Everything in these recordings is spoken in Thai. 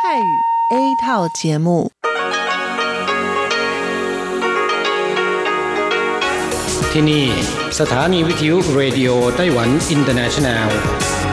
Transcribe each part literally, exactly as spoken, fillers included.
泰语 A 套节目ที่นี่สถานีวิทยุเรดิโอไต้หวันอินเตอร์เนชั่นแนลก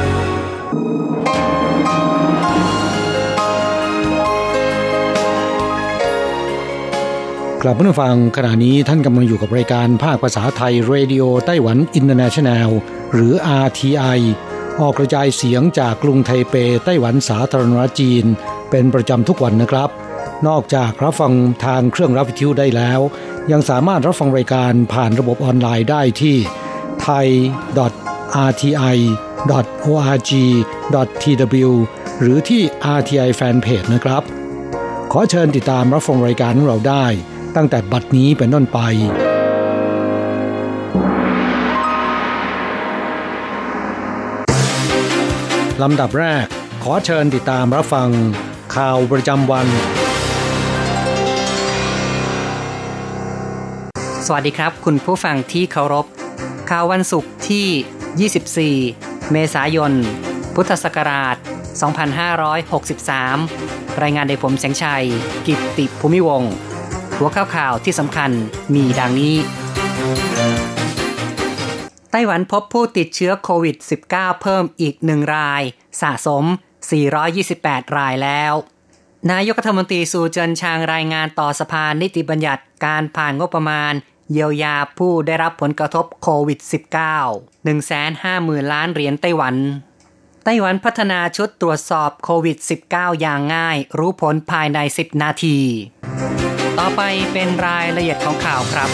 ลับมาฟังขณะนี้ท่านกำลังอยู่กับรายการภาคภาษาไทยเรดิโอไต้หวันอินเตอร์เนชั่นแนลหรือ อาร์ ที ไอ ออกกระจายเสียงจากกรุงไทเปไต้หวันสาธารณรัฐจีนเป็นประจำทุกวันนะครับนอกจากรับฟังทางเครื่องรับวิทยุได้แล้วยังสามารถรับฟังรายการผ่านระบบออนไลน์ได้ที่ ไทย ดอท อาร์ ที ไอ ดอท โอ อาร์ จี ดอท ที ดับเบิลยู หรือที่ อาร์ ที ไอ Fanpage นะครับขอเชิญติดตามรับฟังรายการของเราได้ตั้งแต่บัดนี้เป็นต้นไปลำดับแรกขอเชิญติดตามรับฟังข่าวประจำวันสวัสดีครับคุณผู้ฟังที่เคารพข่าววันศุกร์ที่ยี่สิบสี่เมษายนพุทธศักราชสองพันห้าร้อยหกสิบสามรายงานโดยผมแสงชัยกิตติภูมิวงศ์หัวข้อข่าวที่สำคัญมีดังนี้ไต้หวันพบผู้ติดเชื้อโควิด สิบเก้า เพิ่มอีกหนึ่งรายสะสมสี่ร้อยยี่สิบแปดรายแล้วนายกรัฐมนตรีซูเจินชางรายงานต่อสภานิติบัญญัติการผ่านงบประมาณเยียวยาผู้ได้รับผลกระทบโควิด สิบเก้า หนึ่งแสนห้าหมื่น ล้านเหรียญไต้หวันไต้หวันพัฒนาชุดตรวจสอบโควิด สิบเก้า อย่างง่ายรู้ผลภายในสิบนาทีต่อไปเป็นรายละเอียดของข่าวครับ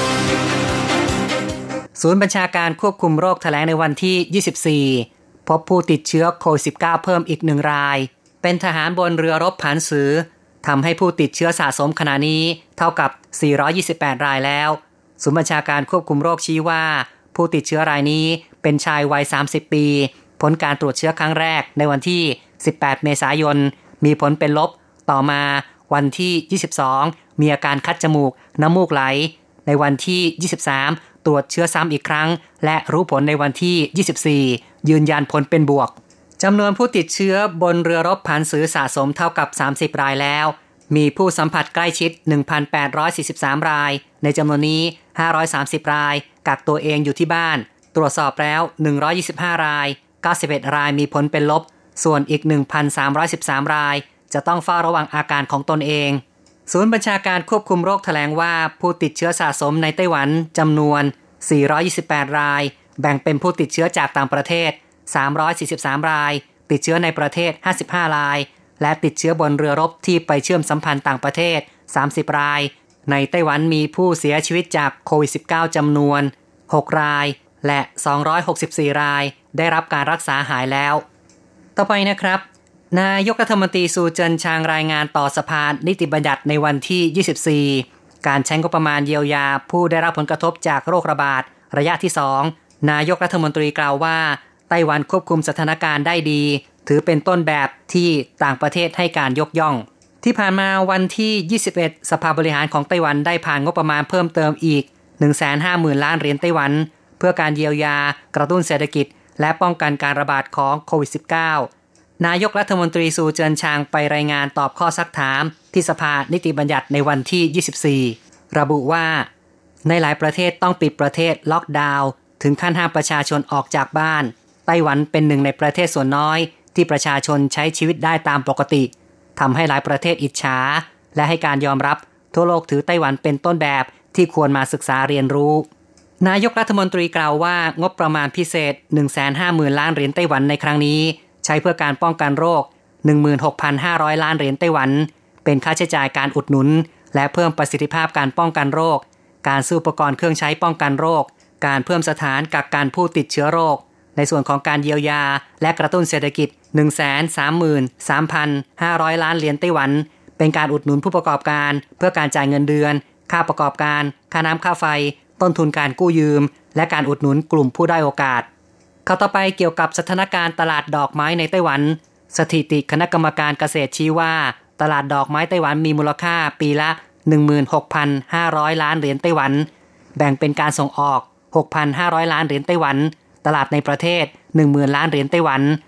ศูนย์บัญชาการควบคุมโรคแถลงในวันที่ยี่สิบสี่พบผู้ติดเชื้อโควิด สิบเก้า เพิ่มอีกหนึ่งรายเป็นทหารบนเรือรบผานซือทำให้ผู้ติดเชื้อสะสมขณะนี้เท่ากับสี่ร้อยยี่สิบแปดรายแล้วศูนย์บัญชาการควบคุมโรคชี้ว่าผู้ติดเชื้อรายนี้เป็นชายวัยสามสิบปีผลการตรวจเชื้อครั้งแรกในวันที่สิบแปดเมษายนมีผลเป็นลบต่อมาวันที่ยี่สิบสองมีอาการคัดจมูกน้ำมูกไหลในวันที่ยี่สิบสามตรวจเชื้อซ้ำอีกครั้งและรู้ผลในวันที่ยี่สิบสี่ยืนยันผลเป็นบวกจำนวนผู้ติดเชื้อบนเรือรบผานซือสะสมเท่ากับสามสิบรายแล้วมีผู้สัมผัสใกล้ชิด หนึ่งพันแปดร้อยสี่สิบสาม รายในจำนวนนี้ห้าร้อยสามสิบรายกักตัวเองอยู่ที่บ้านตรวจสอบแล้วหนึ่งร้อยยี่สิบห้ารายเก้าสิบเอ็ดรายมีผลเป็นลบส่วนอีก หนึ่งพันสามร้อยสิบสาม รายจะต้องเฝ้าระวังอาการของตนเองศูนย์บัญชาการควบคุมโรคแถลงว่าผู้ติดเชื้อสะสมในไต้หวันจำนวนสี่ร้อยยี่สิบแปดรายแบ่งเป็นผู้ติดเชื้อจากต่างประเทศสามร้อยสี่สิบสามรายติดเชื้อในประเทศห้าสิบห้ารายและติดเชื้อบนเรือรบที่ไปเชื่อมสัมพันธ์ต่างประเทศสามสิบรายในไต้หวันมีผู้เสียชีวิตจากโควิด สิบเก้า จำนวนหกรายและสองร้อยหกสิบสี่รายได้รับการรักษาหายแล้วต่อไปนะครับนายกรัฐมนตรีซูเจินชางรายงานต่อสภานิติบัญญัติในวันที่ยี่สิบสี่การใช้งบประมาณเยียวยาผู้ได้รับผลกระทบจากโรคระบาดระยะที่สองนายกรัฐมนตรีกล่าวว่าไต้หวันควบคุมสถานการณ์ได้ดีถือเป็นต้นแบบที่ต่างประเทศให้การยกย่องที่ผ่านมาวันที่ยี่สิบเอ็ดสภาบริหารของไต้หวันได้ผ่านงบประมาณเพิ่มเติมอีก หนึ่งแสนห้าหมื่น ล้านเหรียญไต้หวันเพื่อการเยียวยากระตุ้นเศรษฐกิจและป้องกันการระบาดของโควิด สิบเก้า นายกรัฐมนตรีซูเจินชางไปรายงานตอบข้อซักถามที่สภานิติบัญญัติในวันที่ยี่สิบสี่ระบุว่าในหลายประเทศต้องปิดประเทศล็อกดาวน์ถึงขั้นห้ามประชาชนออกจากบ้านไต้หวันเป็นหนึ่งในประเทศส่วนน้อยที่ประชาชนใช้ชีวิตได้ตามปกติทำให้หลายประเทศอิจฉาและให้การยอมรับทั่วโลกถือไต้หวันเป็นต้นแบบที่ควรมาศึกษาเรียนรู้นายกรัฐมนตรีกล่าวว่างบประมาณพิเศษ หนึ่งแสนห้าหมื่น ล้านเหรียญไต้หวันในครั้งนี้ใช้เพื่อการป้องกันโรค หนึ่งหมื่นหกพันห้าร้อย ล้านเหรียญไต้หวันเป็นค่าใช้จ่ายการอุดหนุนและเพิ่มประสิทธิภาพการป้องกันโรคการซื้ออุปกรณ์เครื่องใช้ป้องกันโรคการเพิ่มสถานกักกันผู้ติดเชื้อโรคในส่วนของการเยียวยาและกระตุ้นเศรษฐกิจ หนึ่งแสนสามหมื่นสามพันห้าร้อย ล้านเหรียญไต้หวันเป็นการอุดหนุนผู้ประกอบการเพื่อการจ่ายเงินเดือนค่าประกอบการค่าน้ำค่าไฟต้นทุนการกู้ยืมและการอุดหนุนกลุ่มผู้ด้อยโอกาสข่าวต่อไปเกี่ยวกับสถานการณ์ตลาดดอกไม้ในไต้หวันสถิติคณะกรรมการเกษตรชี้ว่าตลาดดอกไม้ไต้หวันมีมูลค่าปีละ หนึ่งหมื่นหกพันห้าร้อย ล้านเหรียญไต้หวันแบ่งเป็นการส่งออก หกพันห้าร้อย ล้านเหรียญไต้หวันตลาดในประเทศ หนึ่งหมื่น ล้านเหรียญไต้หวัน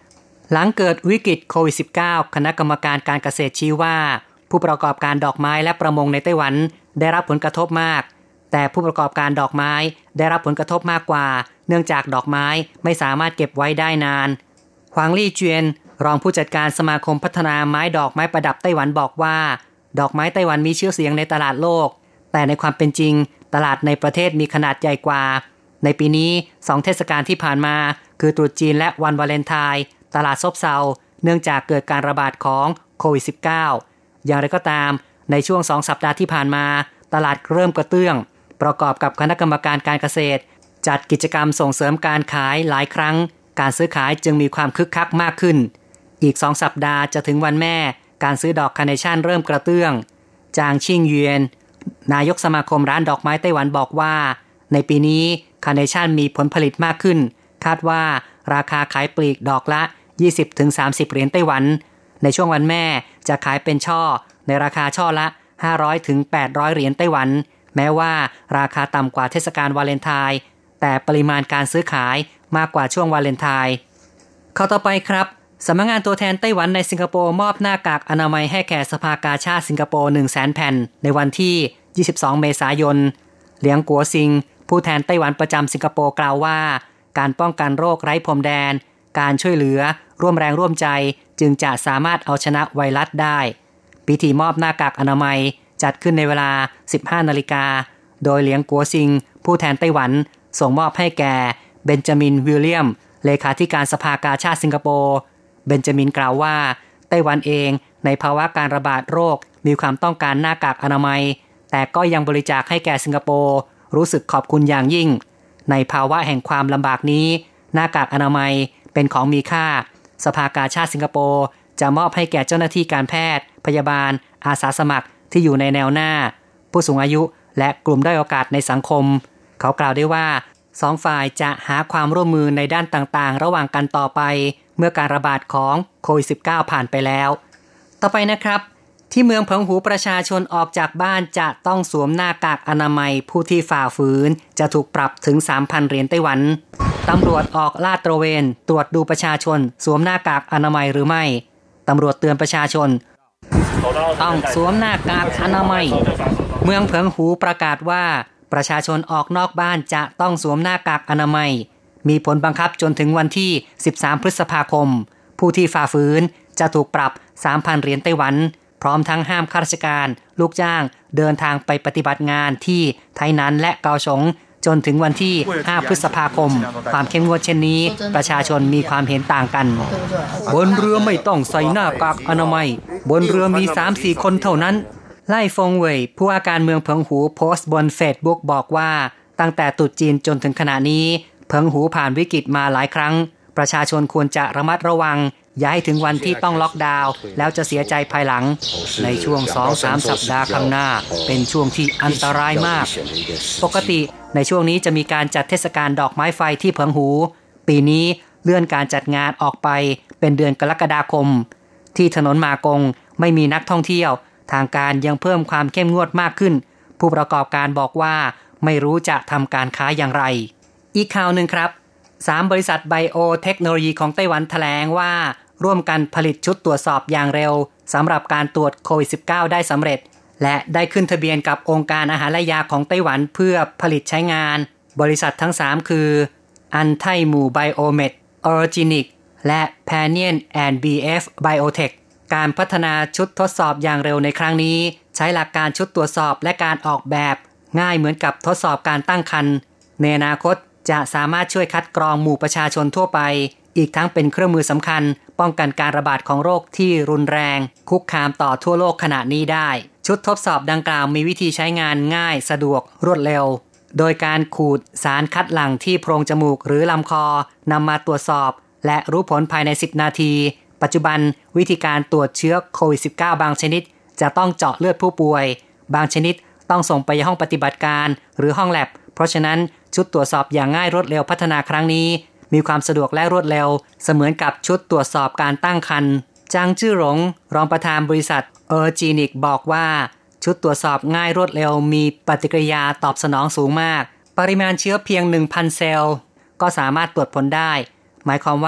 หลังเกิดวิกฤตโควิด สิบเก้า คณะกรรมการการเกษตรชี้ว่าผู้ประกอบการดอกไม้และประมงในไต้หวันได้รับผลกระทบมากแต่ผู้ประกอบการดอกไม้ได้รับผลกระทบมากกว่าเนื่องจากดอกไม้ไม่สามารถเก็บไว้ได้นานหวังลี่เจียนรองผู้จัดการสมาคมพัฒนาไม้ดอกไม้ประดับไต้หวันบอกว่าดอกไม้ไต้หวันมีชื่อเสียงในตลาดโลกแต่ในความเป็นจริงตลาดในประเทศมีขนาดใหญ่กว่าในปีนี้สองเทศกาลที่ผ่านมาคือตรุษจีนและวันวาเลนไทน์ตลาดซบเซาเนื่องจากเกิดการระบาดของโควิด สิบเก้า อย่างไรก็ตามในช่วงสองสัปดาห์ที่ผ่านมาตลาดเริ่มกระเตื้องประกอบกับคณะกรรมการการเกษตรจัดกิจกรรมส่งเสริมการขายหลายครั้งการซื้อขายจึงมีความคึกคักมากขึ้นอีกสองสัปดาห์จะถึงวันแม่การซื้อดอกคาร์เนชั่นเริ่มกระเตื้องจางชิงเยียนนายกสมาคมร้านดอกไม้ไต้หวันบอกว่าในปีนี้คาร์เนชั่นมีผลผลิตมากขึ้นคาดว่าราคาขายปลีกดอกละ ยี่สิบถึงสามสิบ เหรียญไต้หวันในช่วงวันแม่จะขายเป็นช่อในราคาช่อละ ห้าร้อยถึงแปดร้อย เหรียญไต้หวันแม้ว่าราคาต่ำกว่าเทศกาลวาเลนไทน์แต่ปริมาณการซื้อขายมากกว่าช่วงวาเลนไทน์เข้าต่อไปครับสำนักงานตัวแทนไต้หวันในสิงคโปร์มอบหน้ากากอนามัยให้แก่สภากาชาดสิงคโปร์ หนึ่งแสน แผ่นในวันที่ยี่สิบสองเมษายนเหลียงกัวซิงผู้แทนไต้หวันประจำสิงคโปร์กล่าวว่าการป้องกันโรคไร้พรมแดนการช่วยเหลือร่วมแรงร่วมใจจึงจะสามารถเอาชนะไวรัสได้พิธีมอบหน้ากากอนามัยจัดขึ้นในเวลา สิบห้านาฬิกาโดยเหลียงกัวซิงผู้แทนไต้หวันส่งมอบให้แก่เบนจามินวิลเลียมเลขาธิการสภากาชาดสิงคโปร์เบนจามินกล่าวว่าไต้หวันเองในภาวะการระบาดโรคมีความต้องการหน้ากากอนามัยแต่ก็ยังบริจาคให้แก่สิงคโปร์รู้สึกขอบคุณอย่างยิ่งในภาวะแห่งความลำบากนี้หน้ากากอนามัยเป็นของมีค่าสภากาชาดสิงคโปร์จะมอบให้แก่เจ้าหน้าที่การแพทย์พยาบาลอาสาสมัครที่อยู่ในแนวหน้าผู้สูงอายุและกลุ่มด้อยโอกาสในสังคมเขากล่าวได้ว่าสองฝ่ายจะหาความร่วมมือในด้านต่างๆระหว่างกันต่อไปเมื่อการระบาดของโควิด สิบเก้า ผ่านไปแล้วต่อไปนะครับที่เมืองเพิงหูประชาชนออกจากบ้านจะต้องสวมหน้ากากอนามัยผู้ที่ฝ่าฝืนจะถูกปรับถึง สามพัน เหรียญไต้หวันตำรวจออกลาดตระเวนตรวจดูประชาชนสวมหน้ากากอนามัยหรือไม่ตำรวจเตือนประชาชนต้องสวมหน้ากากอนามัยเมืองเพิงหูประกาศว่าประชาชนออกนอกบ้านจะต้องสวมหน้ากากอนามัยมีผลบังคับจนถึงวันที่สิบสามพฤษภาคมผู้ที่ฝ่าฝืนจะถูกปรับ สามพัน เหรียญไต้หวันพร้อมทั้งห้ามข้าราชการลูกจ้างเดินทางไปปฏิบัติงานที่ไทนั้นและเกาสงจนถึงวันที่ห้าพฤษภาคมความเข้มงวดเช่นนี้ประชาชนมีความเห็นต่างกันบนเรือไม่ต้องใส่หน้ากากอนามัยบนเรือมี สามสี่ คนเท่านั้นไล่ฟงเว่ยผู้ว่าการเมืองเพิงหูโพสต์บน Facebook บอกว่าตั้งแต่ตรุษจีนจนถึงขณะนี้เพิงหูผ่านวิกฤตมาหลายครั้งประชาชนควรจะระมัดระวังอย่าให้ถึงวันที่ต้องล็อกดาวน์แล้วจะเสียใจภายหลังในช่วง สองถึงสาม สัปดาห์ข้างหน้าเป็นช่วงที่อันตรายมากปกติในช่วงนี้จะมีการจัดเทศกาลดอกไม้ไฟที่เพิงหูปีนี้เลื่อนการจัดงานออกไปเป็นเดือนกรกฎาคมที่ถนนมากงไม่มีนักท่องเที่ยวทางการยังเพิ่มความเข้มงวดมากขึ้นผู้ประกอบการบอกว่าไม่รู้จะทำการค้าอย่างไรอีกข่าวหนึ่งครับสามบริษัทไบโอเทคโนโลยีของไต้หวันแถลงว่าร่วมกันผลิตชุดตรวจสอบอย่างเร็วสำหรับการตรวจโควิด สิบเก้า ได้สำเร็จและได้ขึ้นทะเบียนกับองค์การอาหารและยาของไต้หวันเพื่อผลิตใช้งานบริษัททั้งสามคืออันไทหมู่ไบโอเมดออริจินิกและแพเนียนแอนด์บีเอฟไบโอเทคการพัฒนาชุดทดสอบอย่างเร็วในครั้งนี้ใช้หลักการชุดตรวจสอบและการออกแบบง่ายเหมือนกับทดสอบการตั้งครรภ์ในอนาคตจะสามารถช่วยคัดกรองหมู่ประชาชนทั่วไปอีกทั้งเป็นเครื่องมือสำคัญป้องกันการระบาดของโรคที่รุนแรงคุกคามต่อทั่วโลกขณะนี้ได้ชุดทดสอบดังกล่าวมีวิธีใช้งานง่ายสะดวกรวดเร็วโดยการขูดสารคัดหลั่งที่โพรงจมูกหรือลำคอนำมาตรวจสอบและรู้ผลภายในสิบนาทีปัจจุบันวิธีการตรวจเชื้อโควิด สิบเก้า บางชนิดจะต้องเจาะเลือดผู้ป่วยบางชนิดต้องส่งไปห้องปฏิบัติการหรือห้องแลบเพราะฉะนั้นชุดตรวจสอบอย่างง่ายรวดเร็วพัฒนาครั้งนี้มีความสะดวกและรวดเร็วเสมือนกับชุดตรวจสอบการตั้งครรภ์จางจื้อหลงรองประธานบริษัทเออร์จีนิกบอกว่าชุดตรวจสอบง่ายรวดเร็วมีปฏิกิริยาตอบสนองสูงมากปริมาณเชื้อเพียง หนึ่งพัน เซลล์ก็สามารถตรวจผลได้หมายความว่า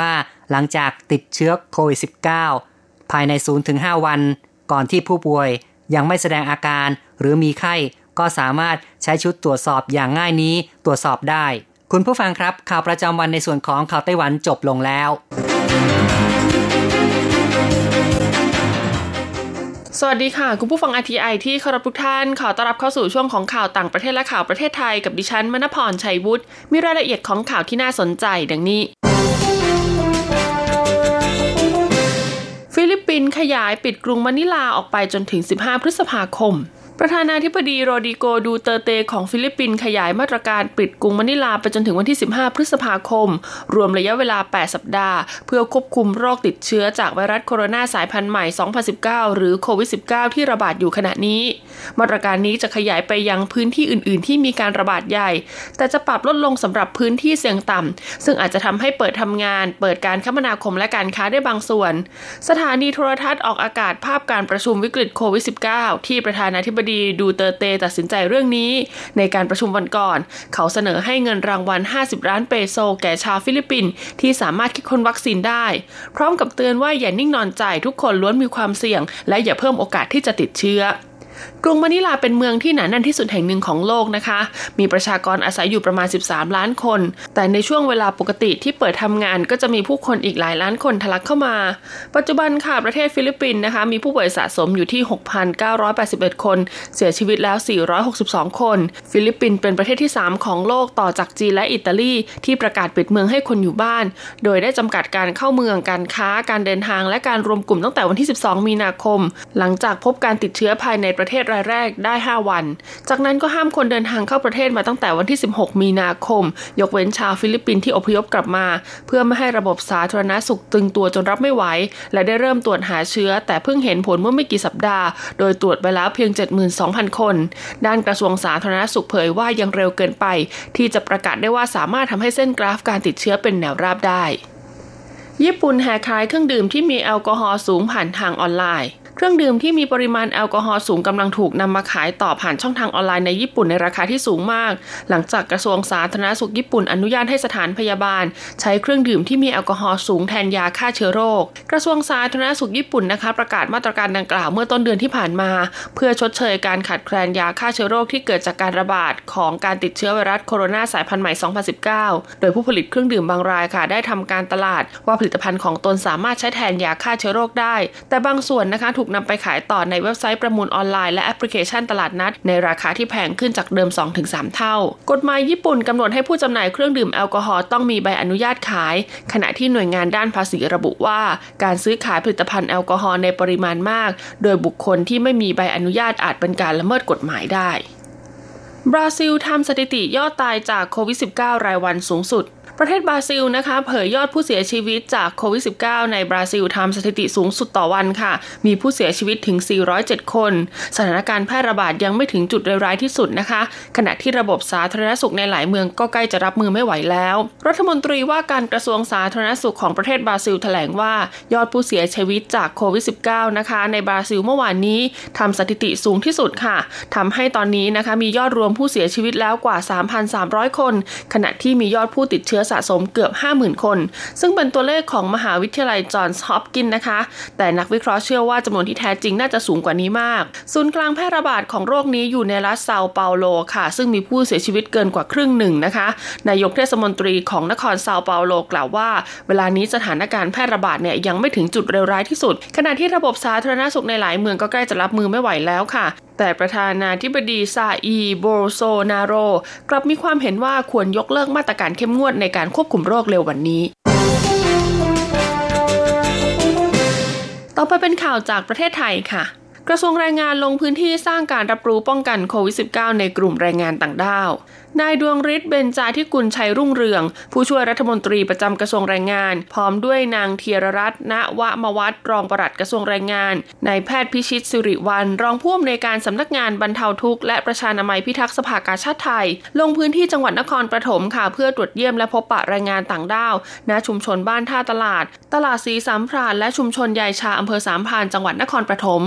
หลังจากติดเชื้อโควิด สิบเก้า ภายใน ศูนย์ถึงห้า วันก่อนที่ผู้ป่วยยังไม่แสดงอาการหรือมีไข้ก็สามารถใช้ชุดตรวจสอบอย่างง่ายนี้ตรวจสอบได้คุณผู้ฟังครับข่าวประจำวันในส่วนของข่าวไต้หวันจบลงแล้วสวัสดีค่ะคุณผู้ฟัง อาร์ ที ไอ ที่เคารพทุกท่านขอต้อนรับเข้าสู่ช่วงของข่าวต่างประเทศและข่าวประเทศไทยกับดิฉันมณพรชัยวุฒิมีรายละเอียดของข่าวที่น่าสนใจดังนี้ฟิลิปปินส์ขยายปิดกรุงมะนิลาออกไปจนถึงสิบห้าพฤษภาคมประธานาธิบดีโรดริโก ดูเตอร์เตของฟิลิปปินส์ขยายมาตรการปิดกรุงมะนิลาไปจนถึงวันที่สิบห้าพฤษภาคมรวมระยะเวลาแปดสัปดาห์เพื่อควบคุมโรคติดเชื้อจากไวรัสโคโรนาสายพันธุ์ใหม่สองพันสิบเก้าหรือโควิด สิบเก้า ที่ระบาดอยู่ขณะนี้มาตรการนี้จะขยายไปยังพื้นที่อื่นๆที่มีการระบาดใหญ่แต่จะปรับลดลงสำหรับพื้นที่เสี่ยงต่ำซึ่งอาจจะทำให้เปิดทำงานเปิดการคมนาคมและการค้าได้บางส่วนสถานีโทรทัศน์ออกอากาศภาพการประชุมวิกฤตโควิด สิบเก้า ที่ประธานาธิบดีดูเตอร์เตตัดสินใจเรื่องนี้ในการประชุมวันก่อนเขาเสนอให้เงินรางวัลห้าสิบล้านเปโซแก่ชาวฟิลิปปินส์ที่สามารถคิดค้นวัคซีนได้พร้อมกับเตือนว่าอย่านิ่งนอนใจทุกคนล้วนมีความเสี่ยงและอย่าเพิ่มโอกาสที่จะติดเชื้อกรุงมะนิลาเป็นเมืองที่หนาแน่นที่สุดแห่งหนึ่งของโลกนะคะมีประชากรอาศัยอยู่ประมาณสิบสามล้านคนแต่ในช่วงเวลาปกติที่เปิดทำงานก็จะมีผู้คนอีกหลายล้านคนทะลักเข้ามาปัจจุบันค่ะประเทศฟิลิปปินส์นะคะมีผู้ป่วยสะสมอยู่ที่ หกพันเก้าร้อยแปดสิบเอ็ด คนเสียชีวิตแล้วสี่ร้อยหกสิบสองคนฟิลิปปินส์เป็นประเทศที่สามของโลกต่อจากจีนและอิตาลีที่ประกาศปิดเมืองให้คนอยู่บ้านโดยได้จำกัดการเข้าเมืองการค้าการเดินทางและการรวมกลุ่มตั้งแต่วันที่สิบสองมีนาคมหลังจากพบการติดเชื้อภายในประเทศรายแรกได้ห้าวันจากนั้นก็ห้ามคนเดินทางเข้าประเทศมาตั้งแต่วันที่สิบหกมีนาคมยกเว้นชาวฟิลิปปินส์ที่อพยพกลับมาเพื่อไม่ให้ระบบสาธารณสุขตึงตัวจนรับไม่ไหวและได้เริ่มตรวจหาเชื้อแต่เพิ่งเห็นผลเมื่อไม่กี่สัปดาห์โดยตรวจไปแล้วเพียง เจ็ดหมื่นสองพัน คนด้านกระทรวงสาธารณสุขเผยว่ายังเร็วเกินไปที่จะประกาศได้ว่าสามารถทำให้เส้นกราฟการติดเชื้อเป็นแนวราบได้ญี่ปุ่นแห่ขายเครื่องดื่มที่มีแอลกอฮอล์สูงผ่านทางออนไลน์เครื่องดื่มที่มีปริมาณแอลกอฮอล์สูงกำลังถูกนำมาขายต่อผ่านช่องทางออนไลน์ในญี่ปุ่นในราคาที่สูงมากหลังจากกระทรวงสาธารณสุขญี่ปุ่นอนุญาตให้สถานพยาบาลใช้เครื่องดื่มที่มีแอลกอฮอล์สูงแทนยาฆ่าเชื้อโรคกระทรวงสาธารณสุขญี่ปุ่นนะคะประกาศมาตรการดังกล่าวเมื่อต้นเดือนที่ผ่านมาเพื่อชดเชยการขาดแคลนยาฆ่าเชื้อโรคที่เกิดจากการระบาดของการติดเชื้อไวรัสโคโรนาสายพันธุ์ใหม่สองพันสิบเก้าโดยผู้ผลิตเครื่องดื่มบางรายค่ะได้ทำการตลาดว่าผลิตภัณฑ์ของตนสามารถใช้แทนยาฆ่าเชื้อโรคได้แต่บางส่วนนะคะถูกนำไปขายต่อในเว็บไซต์ประมูลออนไลน์และแอปพลิเคชันตลาดนัดในราคาที่แพงขึ้นจากเดิม สองถึงสาม เท่ากฎหมายญี่ปุ่นกำหนดให้ผู้จำหน่ายเครื่องดื่มแอลกอฮอล์ต้องมีใบอนุญาตขายขณะที่หน่วยงานด้านภาษีระบุว่าการซื้อขายผลิตภัณฑ์แอลกอฮอล์ในปริมาณมากโดยบุคคลที่ไม่มีใบอนุญาตอาจเป็นการละเมิดกฎหมายได้บราซิลทำสถิติยอดตายจากโควิด สิบเก้า รายวันสูงสุดประเทศบราซิลนะคะเผยยอดผู้เสียชีวิตจากโควิด สิบเก้า ในบราซิลทำสถิติสูงสุดต่อวันค่ะมีผู้เสียชีวิตถึงสี่ร้อยเจ็ดคนสถานการณ์แพร่ระบาดยังไม่ถึงจุดเลวร้ายที่สุดนะคะขณะที่ระบบสาธารณสุขในหลายเมืองก็ใกล้จะรับมือไม่ไหวแล้วรัฐมนตรีว่าการกระทรวงสาธารณสุขของประเทศบราซิลแถลงว่ายอดผู้เสียชีวิตจากโควิด สิบเก้า นะคะในบราซิลเมื่อวานนี้ทำสถิติสูงที่สุดค่ะทำให้ตอนนี้นะคะมียอดรวมผู้เสียชีวิตแล้วกว่า สามพันสามร้อย คนขณะที่มียอดผู้ติดเชื้อสะสมเกือบห้าหมื่น คนซึ่งเป็นตัวเลขของมหาวิทยาลัยจอห์นส์ฮอปกินส์นะคะแต่นักวิเคราะห์เชื่อว่าจำนวนที่แท้จริงน่าจะสูงกว่านี้มากศูนย์กลางแพร่ระบาดของโรคนี้อยู่ในรัฐเซาเปาโลค่ะซึ่งมีผู้เสียชีวิตเกินกว่าครึ่งหนึ่งนะคะนายกเทศมนตรีของนครเซาเปาโลกล่าวว่าเวลานี้สถานการณ์แพร่ระบาดเนี่ยยังไม่ถึงจุดเลวร้ายที่สุดขณะที่ระบบสาธารณสุขในหลายเมืองก็ใกล้จะรับมือไม่ไหวแล้วค่ะแต่ประธานาธิบดีซาอีโบโซนาโรกลับมีความเห็นว่าควรยกเลิกมาตรการเข้มงวดในการควบคุมโรคเร็ววันนี้ต่อไปเป็นข่าวจากประเทศไทยค่ะกระทรวงแรงงานลงพื้นที่สร้างการรับรู้ป้องกันโควิด สิบเก้า ในกลุ่มแรงงานต่างด้าวนายดวงฤทธิ์เบญจาธิกุลชัยรุ่งเรืองผู้ช่วยรัฐมนตรีประจำกระทรวงแรงงานพร้อมด้วยนางเทียรรัตน์ณวมวัฒน์รองปลัดกระทรวงแรงงานนายแพทย์พิชิตสิริวัลย์รองผู้อำนวยการสำนักงานบรรเทาทุกข์และประชานามัยพิทักษ์สภากาชาดไทยลงพื้นที่จังหวัดนครปฐมค่ะเพื่อตรวจเยี่ยมและพบปะแรงงานต่างด้าวณชุมชนบ้านท่าตลาดตลาดศรีสามพรานและชุมชนยายชาอำเภอสามพรานจังหวัดนครปฐมรวม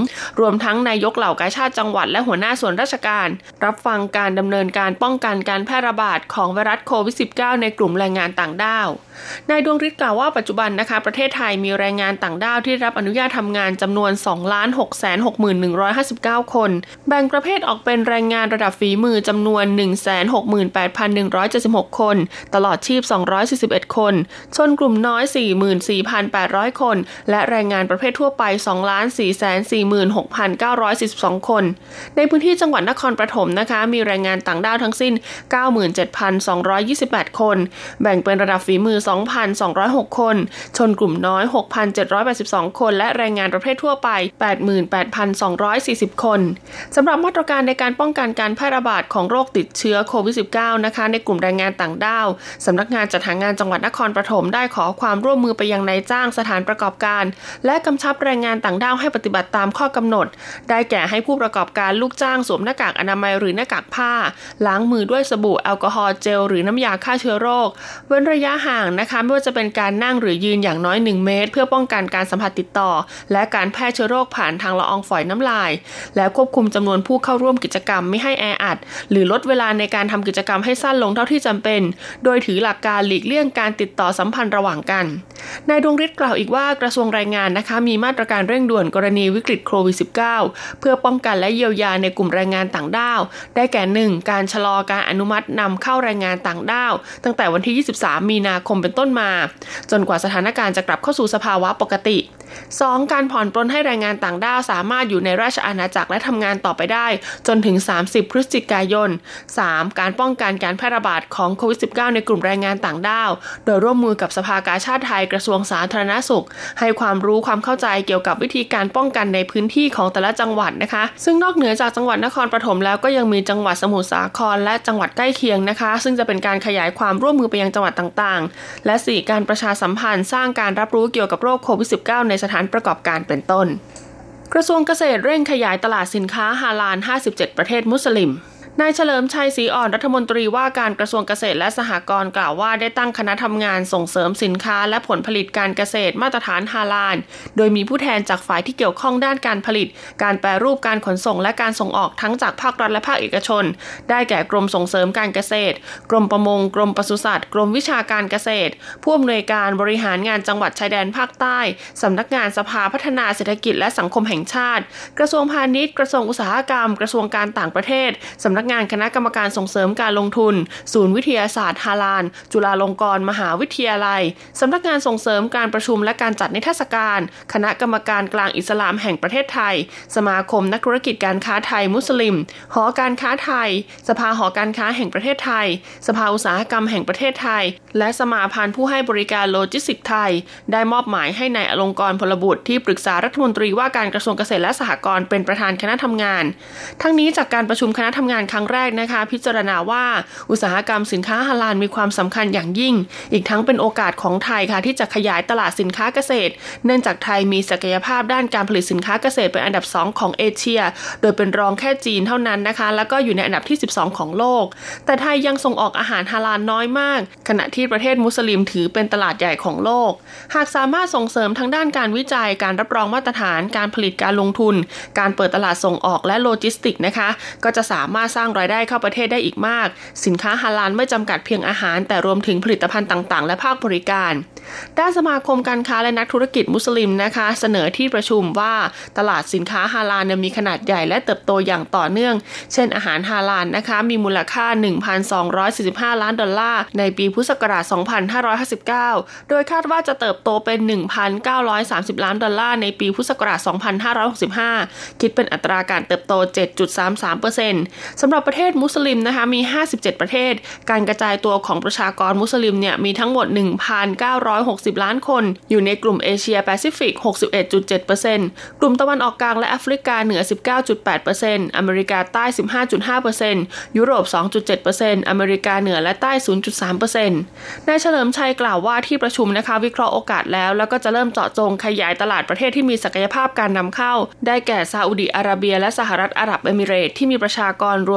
วมทั้งนายกเหล่ากาชาดจังหวัดและหัวหน้าส่วนราชการรับฟังการดำเนินการป้องกันการแพร่ระบาดของไวรัสโควิด สิบเก้า ในกลุ่มแรงงานต่างด้าวนายดวงฤทธิ์กล่าวว่าปัจจุบันนะคะประเทศไทยมีแรงงานต่างด้าวที่รับอนุญาตทำงานจำนวน สองล้านหกแสนหกหมื่นหนึ่งร้อยห้าสิบเก้า คนแบ่งประเภทออกเป็นแรงงานระดับฝีมือจำนวน หนึ่งแสนหกหมื่นแปดพันหนึ่งร้อยเจ็ดสิบหก คนตลอดชีพสองร้อยสี่สิบเอ็ดคนชนกลุ่มน้อย สี่หมื่นสี่พันแปดร้อย คนและแรงงานประเภททั่วไป สองล้านสี่แสนสี่หมื่นหกพันเก้าร้อยสี่สิบสอง คนในพื้นที่จังหวัดนครปฐมนะคะมีแรงงานต่างด้าวทั้งสิ้น เก้าหมื่นเจ็ดพันสองร้อยยี่สิบแปด คนแบ่งเป็นระดับฝีมือ สองพันสองร้อยหก คนชนกลุ่มน้อย หกพันเจ็ดร้อยแปดสิบสอง คนและแรงงานประเภททั่วไป แปดหมื่นแปดพันสองร้อยสี่สิบ คนสำหรับมาตรการในการป้องกันการแพร่ระบาดของโรคติดเชื้อโควิด สิบเก้า นะคะในกลุ่มแรงงานต่างด้าวสำนักงานจัดหางานจังหวัดนครปฐมได้ขอความร่วมมือไปยังนายจ้างสถานประกอบการและกำชับแรงงานต่างด้าวให้ปฏิบัติตามข้อกำหนดได้แก่ให้ผู้ประกอบการลูกจ้างสวมหน้ากากอนามัยหรือหน้ากากผ้าล้างมือด้วยสบู่แอลกอฮอล์เจลหรือน้ำยาฆ่าเชื้อโรคเว้นระยะห่างนะคะไม่ว่าจะเป็นการนั่งหรือยืนอย่างน้อยหนึ่งเมตรเพื่อป้องกันการสัมผัสติดต่อและการแพร่เชื้อโรคผ่านทางละอองฝอยน้ำลายและควบคุมจำนวนผู้เข้าร่วมกิจกรรมไม่ให้แออัดหรือลดเวลาในการทำกิจกรรมให้สั้นลงเท่าที่จำเป็นโดยถือหลักการหลีกเลี่ยงการติดต่อสัมพันธ์ระหว่างกันนายดวงฤทธิ์กล่าวอีกว่ากระทรวงแรงงานนะคะมีมาตรการเร่งด่วนกรณีวิกฤตโควิด สิบเก้า เพื่อป้องกันและเยียวยาในกลุ่มแรงงานต่างด้าวได้แก่ หนึ่ง การชะลอการอนุมัตินำเข้าแรงงานต่างด้าวตั้งแต่วันที่ยี่สิบสามมีนาคมเป็นต้นมาจนกว่าสถานการณ์จะกลับเข้าสู่สภาวะปกติ สอง การผ่อนปรนให้แรงงานต่างด้าวสามารถอยู่ในราชอาณาจักรและทำงานต่อไปได้จนถึงสามสิบพฤศจิกายน สาม การป้องกันการแพร่ระบาดของโควิด สิบเก้า ในกลุ่มแรงงานต่างด้าวโดยร่วมมือกับสภากาชาดไทยกระทรวงสาธารณสุขให้ความรู้ความเข้าใจเกี่ยวกับวิธีการป้องกันในพื้นที่ของแต่ละจังหวัดนะคะซึ่งนอกเหนือจากจังหวัดนครปฐมแล้วก็ยังมีจังหวัดสมุทรสาครและจังหวัดใกล้เคียงนะคะซึ่งจะเป็นการขยายความร่วมมือไปยังจังหวัดต่างๆและ สี่ การประชาสัมพันธ์สร้างการรับรู้เกี่ยวกับโรคโควิด สิบเก้า ในสถานประกอบการเป็นต้นกระทรวงเกษตรเร่งขยายตลาดสินค้าฮาลาลห้าสิบเจ็ดประเทศมุสลิมนายเฉลิมชัยศรีอ่อนรัฐมนตรีว่าการกระทรวงเกษตรและสหกรณ์กล่าวว่าได้ตั้งคณะทำงานส่งเสริมสินค้าและผลผลิตการเกษตรมาตรฐานฮาลาลโดยมีผู้แทนจากฝ่ายที่เกี่ยวข้องด้านการผลิตการแปรรูปการขนส่งและการส่งออกทั้งจากภาครัฐและภาคเอกชนได้แก่กรมส่งเสริมการเกษตรกรมประมงกรมปศุสัตว์กรมวิชาการเกษตรผู้อำนวยการบริหารงานจังหวัดชายแดนภาคใต้สำนักงานสภาพัฒนาเศรษฐกิจและสังคมแห่งชาติกระทรวงพาณิชย์กระทรวงอุตสาหกรรมกระทรวงการต่างประเทศสำนักงานคณะกรรมการส่งเสริมการลงทุนศูนย์วิทยาศาสตร์ฮาลาลจุฬาลงกรณ์มหาวิทยาลัยสำนักงานส่งเสริมการประชุมและการจัดนิทรรศการคณะกรรมการกลางอิสลามแห่งประเทศไทยสมาคมนักธุรกิจการค้าไทยมุสลิมหอการค้าไทยสภาหอการค้าแห่งประเทศไทยสภาอุตสาหกรรมแห่งประเทศไทยและสมาพันธ์ผู้ให้บริการโลจิสติกส์ไทยได้มอบหมายให้นายอลงกรณ์พลบุตรที่ปรึกษารัฐมนตรีว่าการกระทรวงเกษตรและสหกรณ์เป็นประธานคณะทำงานทั้งนี้จากการประชุมคณะทำงานครั้งแรกนะคะพิจารณาว่าอุตสาหกรรมสินค้าฮาลาลมีความสำคัญอย่างยิ่งอีกทั้งเป็นโอกาสของไทยค่ะที่จะขยายตลาดสินค้าเกษตรเนื่องจากไทยมีศักยภาพด้านการผลิตสินค้าเกษตรเป็นอันดับสองของเอเชียโดยเป็นรองแค่จีนเท่านั้นนะคะแล้วก็อยู่ในอันดับที่สิบสองของโลกแต่ไทยยังส่งออกอาหารฮาลาลน้อยมากขณะที่ประเทศมุสลิมถือเป็นตลาดใหญ่ของโลกหากสามารถส่งเสริมทั้งด้านการวิจัยการรับรองมาตรฐานการผลิตการลงทุนการเปิดตลาดส่งออกและโลจิสติกส์นะคะก็จะสามารถสร้างรายได้เข้าประเทศได้อีกมากสินค้าฮาลาลไม่จำกัดเพียงอาหารแต่รวมถึงผลิตภัณฑ์ต่างๆและภาคบริการด้านสมาคมการค้าและนักธุรกิจมุสลิมนะคะเสนอที่ประชุมว่าตลาดสินค้าฮาลาลมีขนาดใหญ่และเติบโตอย่างต่อเนื่องเช่นอาหารฮาลาลนะคะมีมูลค่า หนึ่งพันสองร้อยสี่สิบห้า ล้านดอลลาร์ในปีพุทธศักราช สองพันห้าร้อยห้าสิบเก้า โดยคาดว่าจะเติบโตเป็น หนึ่งพันเก้าร้อยสามสิบ ล้านดอลลาร์ในปีพุทธศักราช สองพันห้าร้อยหกสิบห้า คิดเป็นอัตราการเติบโต เจ็ดจุดสามสามเปอร์เซ็นต์ สำหรับประเทศมุสลิมนะคะมีห้าสิบเจ็ดประเทศการกระจายตัวของประชากรมุสลิมเนี่ยมีทั้งหมด หนึ่งพันเก้าร้อยหกสิบ ล้านคนอยู่ในกลุ่มเอเชียแปซิฟิก หกสิบเอ็ดจุดเจ็ดเปอร์เซ็นต์ กลุ่มตะวันออกกลางและแอฟริกาเหนือ สิบเก้าจุดแปดเปอร์เซ็นต์ อเมริกาใต้ สิบห้าจุดห้าเปอร์เซ็นต์ ยุโรป สองจุดเจ็ดเปอร์เซ็นต์ อเมริกาเหนือและใต้ ศูนย์จุดสามเปอร์เซ็นต์ นายเฉลิมชัยกล่าวว่าที่ประชุมนะคะวิเคราะห์โอกาสแล้วแล้วก็จะเริ่มเจาะจงขยายตลาดประเทศที่มีศักยภาพการนำเข้าได้แก่ซาอุดิอาระเบียและสหรัฐอาหรับเอมิเรตส์ที่มีประชากรรวม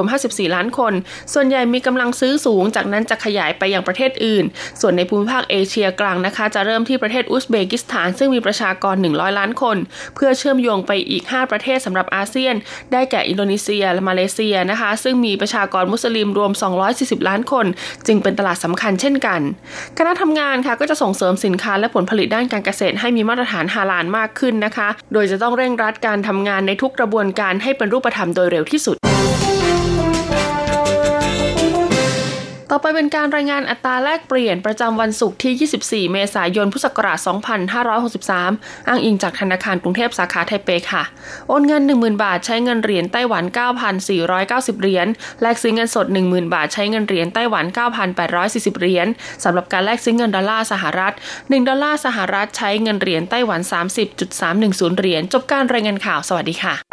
วมห้าสิบสี่ล้านคนส่วนใหญ่มีกำลังซื้อสูงจากนั้นจะขยายไปยังประเทศอื่นส่วนในภูมิภาคเอเชียกลางนะคะจะเริ่มที่ประเทศอุซเบกิสถานซึ่งมีประชากรหนึ่งร้อยล้านคนเพื่อเชื่อมโยงไปอีกห้าประเทศสำหรับอาเซียนได้แก่อินโดนีเซียและมาเลเซียนะคะซึ่งมีประชากรมุสลิมรวมสองร้อยสี่สิบล้านคนจึงเป็นตลาดสำคัญเช่นกันคณะทำงานค่ะก็จะส่งเสริมสินค้าและผลผลิตด้านการเกษตรให้มีมาตรฐานฮาลาลมากขึ้นนะคะโดยจะต้องเร่งรัดการทำงานในทุกกระบวนการให้เป็นรูปธรรมโดยเร็วที่สุดต่อไปเป็นการรายงานอัตราแลกเปลี่ยนประจำวันศุกร์ที่ยี่สิบสี่เมษายนพุทธศักราชสองพันห้าร้อยหกสิบสามอ้างอิงจากธนาคารกรุงเทพสาขาไทเปค่ะโอนเงิน หนึ่งหมื่น บาทใช้เงินเหรียญไต้หวัน เก้าพันสี่ร้อยเก้าสิบ เหรียญแลกซื้อเงินสด หนึ่งหมื่น บาทใช้เงินเหรียญไต้หวัน เก้าพันแปดร้อยสี่สิบ เหรียญสำหรับการแลกซื้อเงินดอลลาร์สหรัฐหนึ่งดอลลาร์สหรัฐใช้เงินเหรียญไต้หวัน สามสิบจุดสามหนึ่งศูนย์ เหรียญจบการรายงานข่าวสวัสดีค่ะ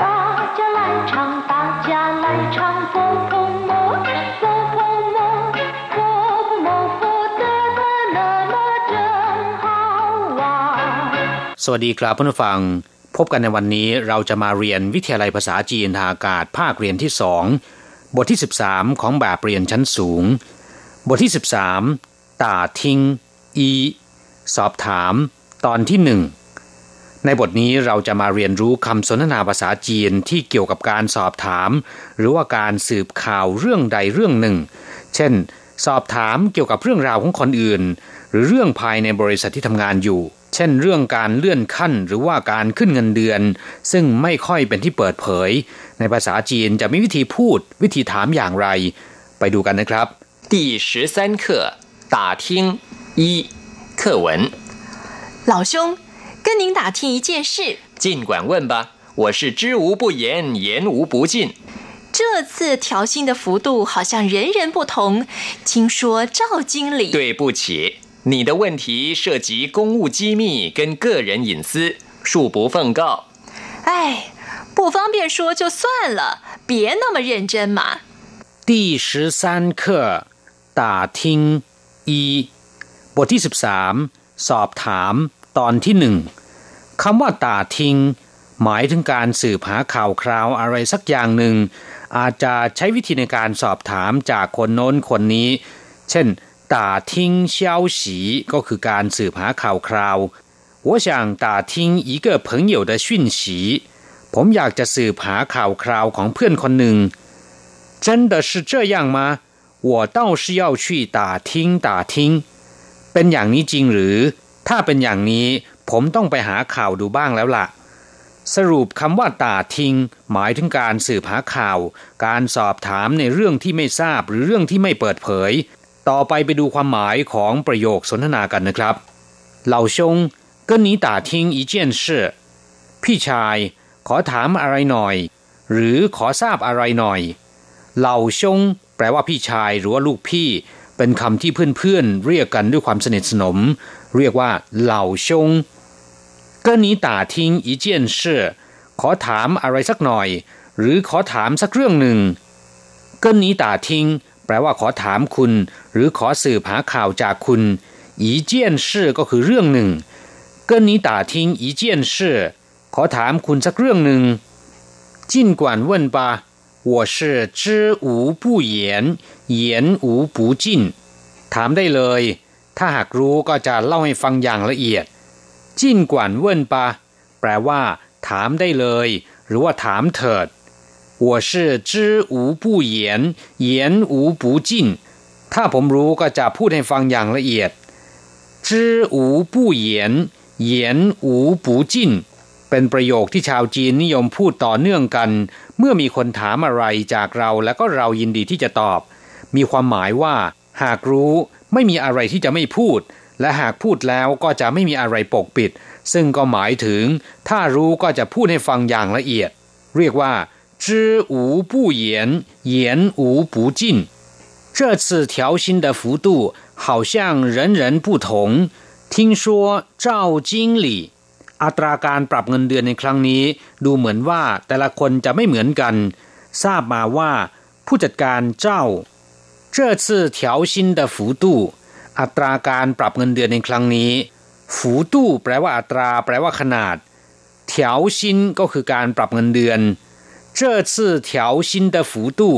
สวัสดีครับผู้ฟังพบกันในวันนี้เราจะมาเรียนวิทยาลัยภาษาจีนทางอากาศภาคเรียนที่สองบทที่สิบสามของแบบเรียนชั้นสูงบทที่สิบสามต่าทิ้งอีสอบถามตอนที่หนึ่งในบทนี้เราจะมาเรียนรู้คำสนทนาภาษาจีนที่เกี่ยวกับการสอบถามหรือว่าการสืบข่าวเรื่องใดเรื่องหนึ่งเช่นสอบถามเกี่ยวกับเรื่องราวของคนอื่นหรือเรื่องภายในบริษัทที่ทำงานอยู่เช่นเรื่องการเลื่อนขั้นหรือว่าการขึ้นเงินเดือนซึ่งไม่ค่อยเป็นที่เปิดเผยในภาษาจีนจะมีวิธีพูดวิธีถามอย่างไรไปดูกันนะครับ第十三课打听一课文老兄跟您打听一件事尽管问吧我是知无不言言无不尽这次调薪的幅度好像人人不同听说赵经理对不起你的问题涉及公务机密跟个人隐私恕不奉告哎不方便说就算了别那么认真嘛第十三课打听一บทที่สิบสามสอบถามตอนที่หนึ่งคำว่าด่าทิ้งหมายถึงการสืบหาข่าวคราวอะไรสักอย่างหนึ่งอาจจะใช้วิธีในการสอบถามจากคนโน้นคนนี้เช่นด่าทิ้ง消息ก็คือการสืบหาข่าวคราว我想打听一个朋友的讯息ผมอยากจะสืบหาข่าวคราวของเพื่อนคนหนึ่ง真的是这样吗我倒是要去打听打听เป็นอย่างนี้จริงหรือถ้าเป็นอย่างนี้ผมต้องไปหาข่าวดูบ้างแล้วล่ะสรุปคำว่าด่าทิ้งหมายถึงการสืบหาข่าวการสอบถามในเรื่องที่ไม่ทราบหรือเรื่องที่ไม่เปิดเผยต่อไปไปดูความหมายของประโยคสนทนากันนะครับเหล่าชง跟你打听一件事พี่ชายขอถามอะไรหน่อยหรือขอทราบอะไรหน่อยเหล่าชงแปลว่าพี่ชายหรือว่าลูกพี่เป็นคำที่เพื่อนๆเรียกกันด้วยความสนิทสนมเรียกว่าเหล่าชง跟你打听一件事ขอถามอะไรสักหน่อยหรือขอถามสักเรื่องหนึ่ง跟你打听แปลว่าขอถามคุณหรือขอสืบหาข่าวจากคุณ一件事ก็คือเรื่องหนึ่ง跟你打听一件事ขอถามคุณสักเรื่องหนึ่ง尽管问吧我是知无不言言无不尽ถามได้เลยถ้าหากรู้ก็จะเล่าให้ฟังอย่างละเอียด尽管问吧แปลว่าถามได้เลยหรือว่าถามเถิด我是知无不言言无不尽ถ้าผมรู้ก็จะพูดให้ฟังอย่างละเอียด知无不言言无不尽เป็นประโยคที่ชาวจีนนิยมพูดต่อเนื่องกันเมื่อมีคนถามอะไรจากเราแล้วก็เรายินดีที่จะตอบมีความหมายว่าหากรู้ไม่มีอะไรที่จะไม่พูดและหากพูดแล้วก็จะไม่มีอะไรปกปิดซึ่งก็หมายถึงถ้ารู้ก็จะพูดให้ฟังอย่างละเอียดเรียกว่า知无不言言无不尽这次调薪的幅度好像人人不同听说赵经理อัตราการปรับเงินเดือนในครั้งนี้ดูเหมือนว่าแต่ละคนจะไม่เหมือนกันทราบมาว่าผู้จัดการเจ้า这次调薪的幅度อัตราการปรับเงินเดือนในครั้งนี้幅度แปลว่าอัตราแปลว่าขนาด调薪ก็คือการปรับเงินเดือน这次调薪的幅度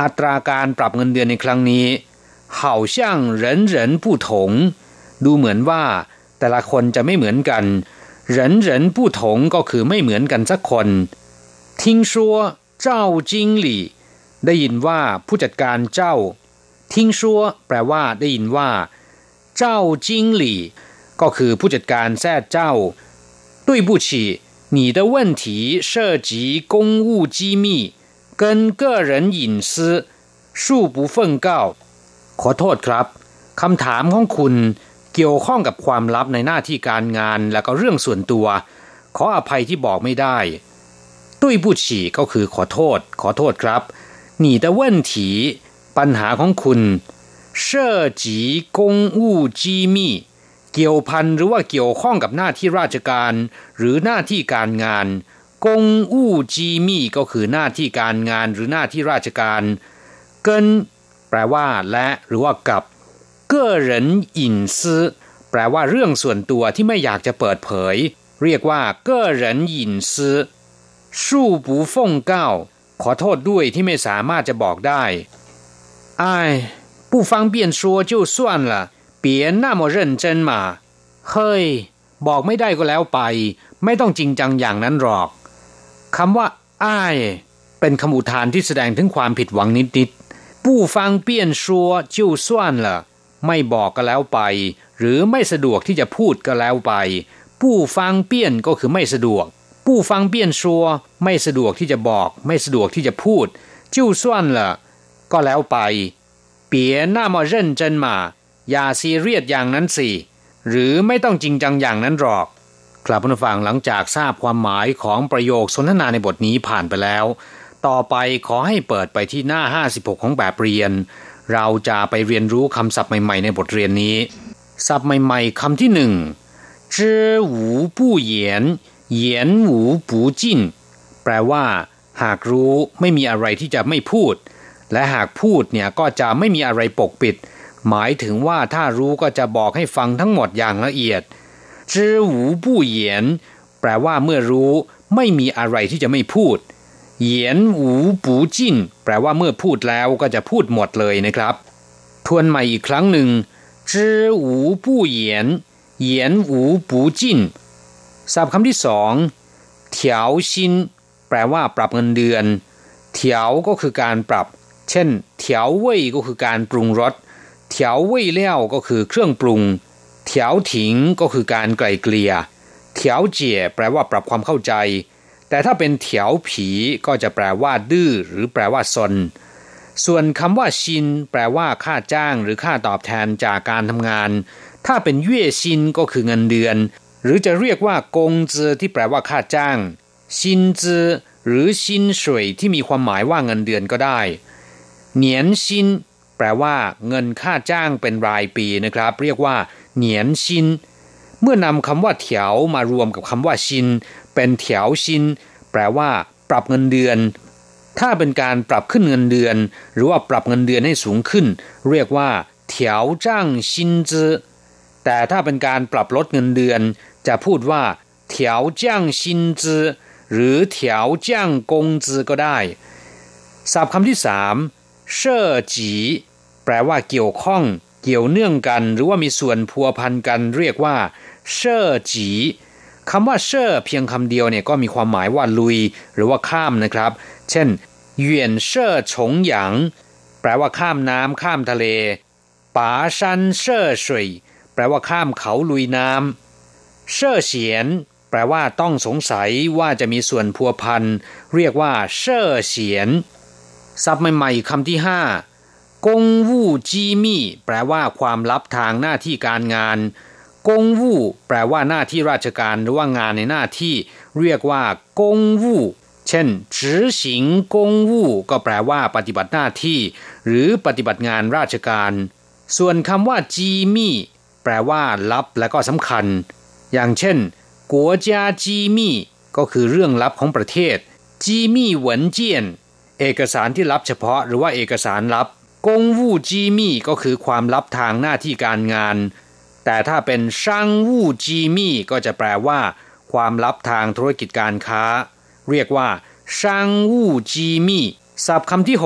อัตราการปรับเงินเดือนในครั้งนี้好像人人不同ดูเหมือนว่าแต่ละคนจะไม่เหมือนกัน人人不同ก็คือไม่เหมือนกันสักคน听说赵经理ได้ยินว่าผู้จัดการเจ้า听说แปลว่าได้ยินว่าเจ้าจิงหลี่ก็คือผู้จัดการแท้เจ้า对不起你的问题涉及公务机密跟个人隐私恕不奉告ขอโทษครับคำถามของคุณเกี่ยวข้องกับความลับในหน้าที่การงานและก็เรื่องส่วนตัวขออภัยที่บอกไม่ได้对不起ก็คือขอโทษขอโทษครับ你的问题ปัญหาของคุณ涉及公务机密เกี่ยวพันหรือว่าเกี่ยวข้องกับหน้าที่ราชการหรือหน้าที่การงาน公务机密ก็คือหน้าที่การงานหรือหน้าที่ราชการ跟แปลว่าและหรือว่ากับ个人隐私แปลว่าเรื่องส่วนตัวที่ไม่อยากจะเปิดเผยเรียกว่า个人隐私恕不奉告ขอโทษด้วยที่ไม่สามารถจะบอกได้哎不方便说就算了别那么认真嘛เฮ้ยบอกไม่ได้ก็แล้วไปไม่ต้องจริงจังอย่างนั้นหรอกคำว่าอ้ายเป็นคำอุทานที่แสดงถึงความผิดหวังนิดๆ不方便说就算了ไม่บอกก็แล้วไปหรือไม่สะดวกที่จะพูดก็แล้วไป不方便ก็คือไม่สะดวก不方便说ไม่สะดวกที่จะบอกไม่สะดวกที่จะพูด就算了ก็แล้วไป别那么认真嘛อย่าซีเรียสอย่างนั้นสิหรือไม่ต้องจริงจังอย่างนั้นหรอกครับผู้ฟังหลังจากทราบความหมายของประโยคสนทนาในบทนี้ผ่านไปแล้วต่อไปขอให้เปิดไปที่หน้าห้าสิบหกของแบบเรียนเราจะไปเรียนรู้คำศัพท์ใหม่ๆในบทเรียนนี้ศัพท์ใหม่ๆคำที่หนึ่ง知无不言言无不尽แปลว่าหากรู้ไม่มีอะไรที่จะไม่พูดและหากพูดเนี่ยก็จะไม่มีอะไรปกปิดหมายถึงว่าถ้ารู้ก็จะบอกให้ฟังทั้งหมดอย่างละเอียด知无不言แปลว่าเมื่อรู้ไม่มีอะไรที่จะไม่พูด言无不尽แปลว่าเมื่อพูดแล้วก็จะพูดหมดเลยนะครับทวนใหม่อีกครั้งหนึ่ง知无不言言无不尽ศัพท์คำที่สองเถาซินแปลว่าปรับเงินเดือนเถาก็คือการปรับเช่นเถาเว่ยก็คือการปรุงรสเถาเว่ยเลี่ยวก็คือเครื่องปรุงเถาถิงก็คือการไกล่เกลี่ยเถาเจี๋ยแปลว่าปรับความเข้าใจแต่ถ้าเป็นเถาผีก็จะแปลว่าดื้อหรือแปลว่าซนส่วนคำว่าชินแปลว่าค่าจ้างหรือค่าตอบแทนจากการทำงานถ้าเป็นเย่ชินก็คือเงินเดือนหรือจะเรียกว่ากงจือที่แปลว่าค่าจ้างชินจือหรือชินสวยที่มีความหมายว่าเงินเดือนก็ได้เหนียนชินแปลว่าเงินค่าจ้างเป็นรายปีนะครับเรียกว่าเหนียนชินเมื่อนำคำว่าเถามารวมกับคำว่าชินเป็นเถาชินแปลว่าปรับเงินเดือนถ้าเป็นการปรับขึ้นเงินเดือนหรือว่าปรับเงินเดือนให้สูงขึ้นเรียกว่าเถาจ้างชินจื้อแต่ถ้าเป็นการปรับลดเงินเดือนจะพูดว่าเถาจ้างชินจื้อหรือเถาจ้างกงจื้อก็ได้ศัพท์คำที่สามเช่อจีแปลว่าเกี่ยวข้องเกี่ยวเนื่องกันหรือว่ามีส่วนพัวพันกันเรียกว่าเช่อจีคำว่าเช่อเพียงคำเดียวเนี่ยก็มีความหมายว่าลุยหรือว่าข้ามนะครับเช่นเหวี่ยนเช่อฉงหยางแปลว่าข้ามน้ำข้ามทะเลป๋าชันเช่อสวยแปลว่าข้ามเขาลุยน้ำเช่อเฉียนแปลว่าต้องสงสัยว่าจะมีส่วนพัวพันเรียกว่าเช่อเฉียนศัพท์ใหม่ๆคำที่ห้ากงวู่จีมี่แปลว่าความลับทางหน้าที่การงานกงวู่แปลว่าหน้าที่ราชการหรือว่างานในหน้าที่เรียกว่ากงวู่เช่น执行公务ก็แปลว่าปฏิบัติหน้าที่หรือปฏิบัติงานราชการส่วนคำว่าจีมี่แปลว่าลับและก็สำคัญอย่างเช่น国家机密ก็คือเรื่องลับของประเทศจีมี่เหวินเจียนเอกสารที่ลับเฉพาะหรือว่าเอกสารลับกงวู่จีมี่ก็คือความลับทางหน้าที่การงานแต่ถ้าเป็นช่างวู่จีมี่ก็จะแปลว่าความลับทางธุรกิจการค้าเรียกว่าช่างวู่จีมี่ศัพท์คำที่หก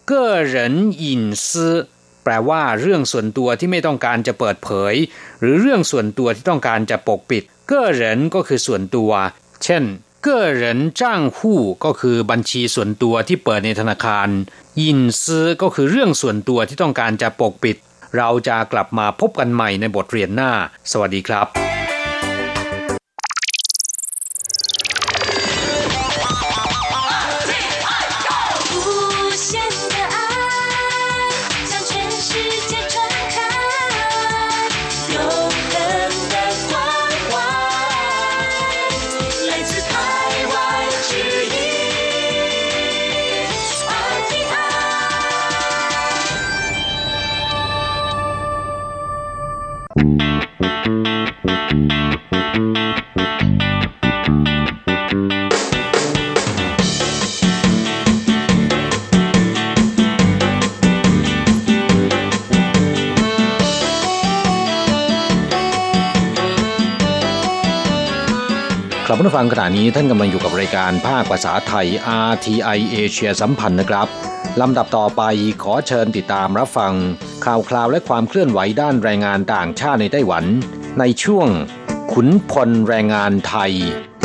个人隐私แปลว่าเรื่องส่วนตัวที่ไม่ต้องการจะเปิดเผยหรือเรื่องส่วนตัวที่ต้องการจะปกปิด个人ก็คือส่วนตัวเช่น个人账户ก็คือบัญชีส่วนตัวที่เปิดในธนาคาร隐私ก็คือเรื่องส่วนตัวที่ต้องการจะปกปิดเราจะกลับมาพบกันใหม่ในบทเรียนหน้าสวัสดีครับครับผู้ฟังขณะนี้ท่านกำลังอยู่กับรายการภาคภาษาไทย อาร์ ที ไอ เอเชียสัมพันธ์นะครับลำดับต่อไปขอเชิญติดตามรับฟังข่าวคราวและความเคลื่อนไหวด้านแรงงานต่างชาติในไต้หวันในช่วงขุนพลแรงงานไทย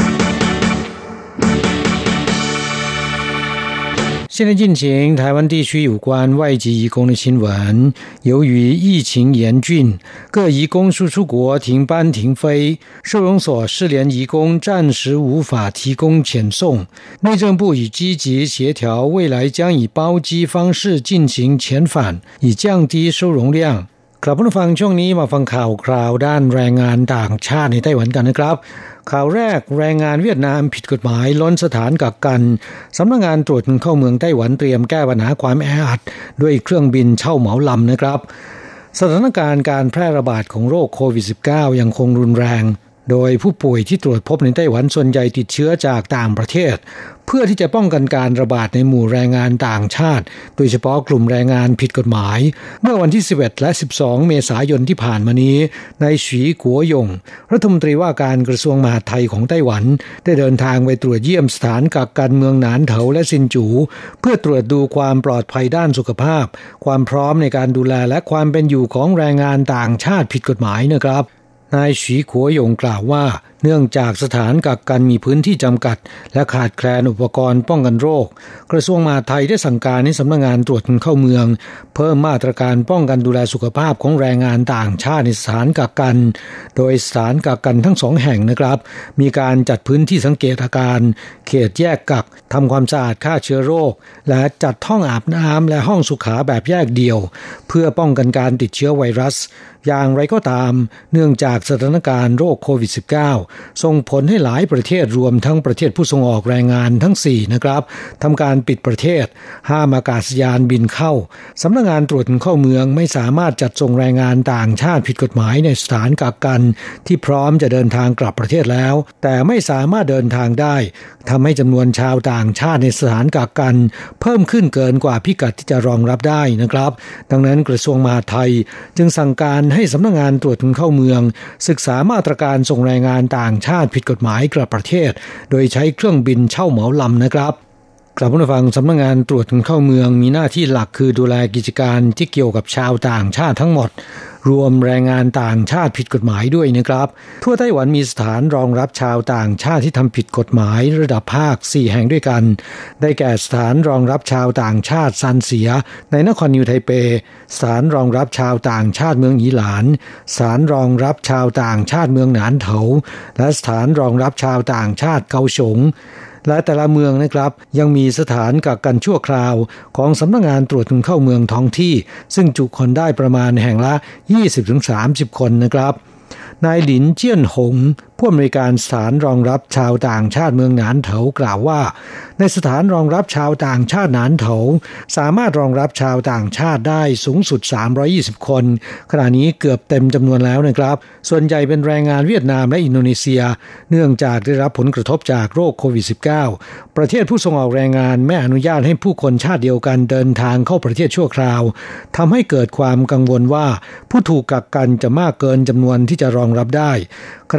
现在进行台湾地区有关外籍移工的新闻。由于疫情严峻，各移工输出国停班停飞，收容所失联移工暂时无法提供遣送。内政部已积极协调，未来将以包机方式进行遣返，以降低收容量。ครับผู้ฟังช่วงนี้มาฟังข่าวคราวด้านแรงงานต่างชาติในไต้หวันกันนะครับข่าวแรกแรงงานเวียดนามผิดกฎหมายล้นสถานกักกันสำนักงานตรวจคนเข้าเมืองไต้หวันเตรียมแก้ปัญหาความแออัดด้วยเครื่องบินเช่าเหมาลำนะครับสถานการณ์การแพร่ระบาดของโรคโควิด สิบเก้า ยังคงรุนแรงโดยผู้ป่วยที่ตรวจพบในไต้หวันส่วนใหญ่ติดเชื้อจากต่างประเทศเพื่อที่จะป้องกันการระบาดในหมู่แรงงานต่างชาติโดยเฉพาะกลุ่มแรงงานผิดกฎหมายเมื่อวันที่สิบเอ็ดและสิบสองเมษายนที่ผ่านมานี้นายฉีกัวหยงรัฐมนตรีว่าการกระทรวงมหาดไทยของไต้หวันได้เดินทางไปตรวจเยี่ยมสถานกักกันเมืองหนานเถาและซินจูเพื่อตรวจดูความปลอดภัยด้านสุขภาพความพร้อมในการดูแลและความเป็นอยู่ของแรงงานต่างชาติผิดกฎหมายนะครับนายฉีกัวหยงกล่าวว่าเนื่องจากสถานกักกันมีพื้นที่จำกัดและขาดแคลนอุปกรณ์ป้องกันโรคกระทรวงมหาดไทยได้สั่งการให้สำนักงานตรวจคนเข้าเมืองเพิ่มมาตรการป้องกันดูแลสุขภาพของแรงงานต่างชาติในสถานกักกันโดยสถานกักกันทั้งสองแห่งนะครับมีการจัดพื้นที่สังเกตอาการเขตแยกกักทำความสะอาดฆ่าเชื้อโรคและจัดห้องอาบน้ำและห้องสุขาแบบแยกเดี่ยวเพื่อป้องกันการติดเชื้อไวรัสอย่างไรก็ตามเนื่องจากสถานการณ์โรคโควิด สิบเก้า ส่งผลให้หลายประเทศรวมทั้งประเทศผู้ส่งออกแรงงานทั้งสี่นะครับทำการปิดประเทศห้ามอากาศยานบินเข้าสำนักงานตรวจคนเข้าเมืองไม่สามารถจัดส่งแรงงานต่างชาติผิดกฎหมายในสถานกักกันที่พร้อมจะเดินทางกลับประเทศแล้วแต่ไม่สามารถเดินทางได้ทำให้จำนวนชาวต่างชาติในสถานกักกันเพิ่มขึ้นเกินกว่าพิกัดที่จะรองรับได้นะครับดังนั้นกระทรวงมหาดไทยจึงสั่งการให้สำนักงานตรวจคนเข้าเมืองศึกษามาตรการส่งแรงงานต่างชาติผิดกฎหมายกลับประเทศโดยใช้เครื่องบินเช่าเหมาลำนะครับกลับผู้ฟังสำนักงานตรวจคนเข้าเมืองมีหน้าที่หลักคือดูแลกิจการที่เกี่ยวกับชาวต่างชาติทั้งหมดรวมแรงงานต่างชาติผิดกฎหมายด้วยนะครับทั่วไต้หวันมีสถานรองรับชาวต่างชาติที่ทำผิดกฎหมายระดับภาคสี่แห่งด้วยกันได้แก่สถานรองรับชาวต่างชาติซันเสียในนครนิวไทเปสถานรองรับชาวต่างชาติเมืองอีหลานสถานรองรับชาวต่างชาติเมืองหนานเถาและสถานรองรับชาวต่างชาติเกาสงและแต่ละเมืองนะครับยังมีสถานกักกันชั่วคราวของสำนักงานตรวจคนเข้าเมืองท้องที่ซึ่งจุคนได้ประมาณแห่งละ ยี่สิบถึงสามสิบ คนนะครับนายหลินเจี้ยนหงผู้อำนวยการสถานรองรับชาวต่างชาติเมืองหนานเถากล่าวว่าในสถานรองรับชาวต่างชาติหนานเถาสามารถรองรับชาวต่างชาติได้สูงสุดสามร้อยยี่สิบคนขณะนี้เกือบเต็มจำนวนแล้วนะครับส่วนใหญ่เป็นแรงงานเวียดนามและอินโดนีเซียเนื่องจากได้รับผลกระทบจากโรคโควิด สิบเก้า ประเทศผู้ส่งออกแรงงานไม่อนุญาตให้ผู้คนชาติเดียวกันเดินทางเข้าประเทศชั่วคราวทำให้เกิดความกังวลว่าผู้ถูกกักกันจะมากเกินจำนวนที่จะรองรับได้ขณะที่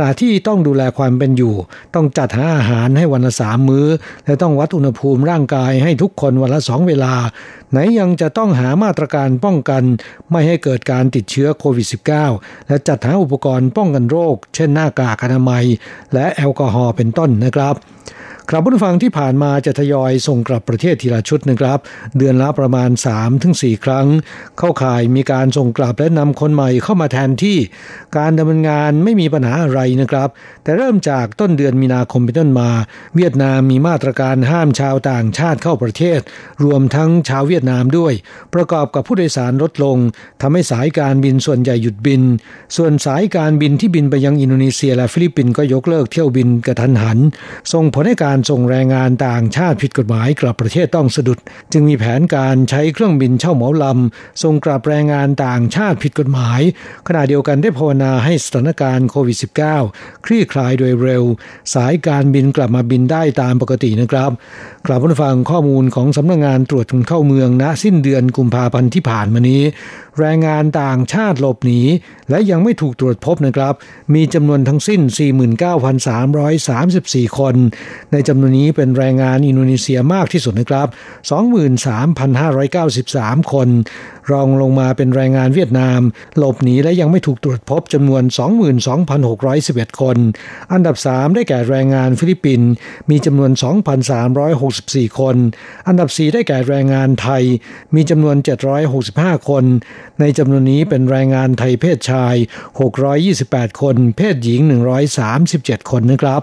ต้องดูแลความเป็นอยู่ต้องจัดหาอาหารให้วันละสามมื้อและต้องวัดอุณหภูมิร่างกายให้ทุกคนวันละสองเวลาไหนยังจะต้องหามาตรการป้องกันไม่ให้เกิดการติดเชื้อโควิด สิบเก้า และจัดหาอุปกรณ์ป้องกันโรคเช่นหน้ากากอนามัยและแอลกอฮอล์เป็นต้นนะครับครับผู้ฟังที่ผ่านมาจะทยอยส่งกลับประเทศทีละชุดนะครับเดือนละประมาณ สามถึงสี่ ครั้งเข้าข่ายมีการส่งกลับและนำคนใหม่เข้ามาแทนที่การดำเนินงานไม่มีปัญหาอะไรนะครับแต่เริ่มจากต้นเดือนมีนาคมเป็นต้นมาเวียดนามมีมาตรการห้ามชาวต่างชาติเข้าประเทศรวมทั้งชาวเวียดนามด้วยประกอบกับผู้โดยสารลดลงทำให้สายการบินส่วนใหญ่หยุดบินส่วนสายการบินที่บินไปยังอินโดนีเซียและฟิลิปปินส์ก็ยกเลิกเที่ยวบินกระทันหันส่งผลให้การส่งแรงงานต่างชาติผิดกฎหมายกลับประเทศต้องสะดุดจึงมีแผนการใช้เครื่องบินเช่าเหมาลำส่งกลับแรงงานต่างชาติผิดกฎหมายขณะเดียวกันได้ภาวนาให้สถานการณ์โควิด สิบเก้า คลี่คลายโดยเร็วสายการบินกลับมาบินได้ตามปกตินะครับกลับมาฟังข้อมูลของสำนักงานตรวจคนเข้าเมืองณสิ้นเดือนกุมภาพันธ์ที่ผ่านมานี้แรงงานต่างชาติหลบหนีและยังไม่ถูกตรวจพบนะครับมีจำนวนทั้งสิ้น สี่หมื่นเก้าพันสามร้อยสามสิบสี่ คนในจำนวนนี้เป็นแรงงานอินโดนีเซียมากที่สุดนะครับ สองหมื่นสามพันห้าร้อยเก้าสิบสาม คนรองลงมาเป็นแรงงานเวียดนามหลบหนีและยังไม่ถูกตรวจพบจำนวน สองหมื่นสองพันหกร้อยสิบเอ็ด คนอันดับสามได้แก่แรงงานฟิลิปปินส์มีจำนวน สองพันสามร้อยหกสิบสี่ คนอันดับสี่ได้แก่แรงงานไทยมีจำนวนเจ็ดร้อยหกสิบห้าคนในจำนวนนี้เป็นแรงงานไทยเพศชายหกร้อยยี่สิบแปดคนเพศหญิงหนึ่งร้อยสามสิบเจ็ดคนนะครับ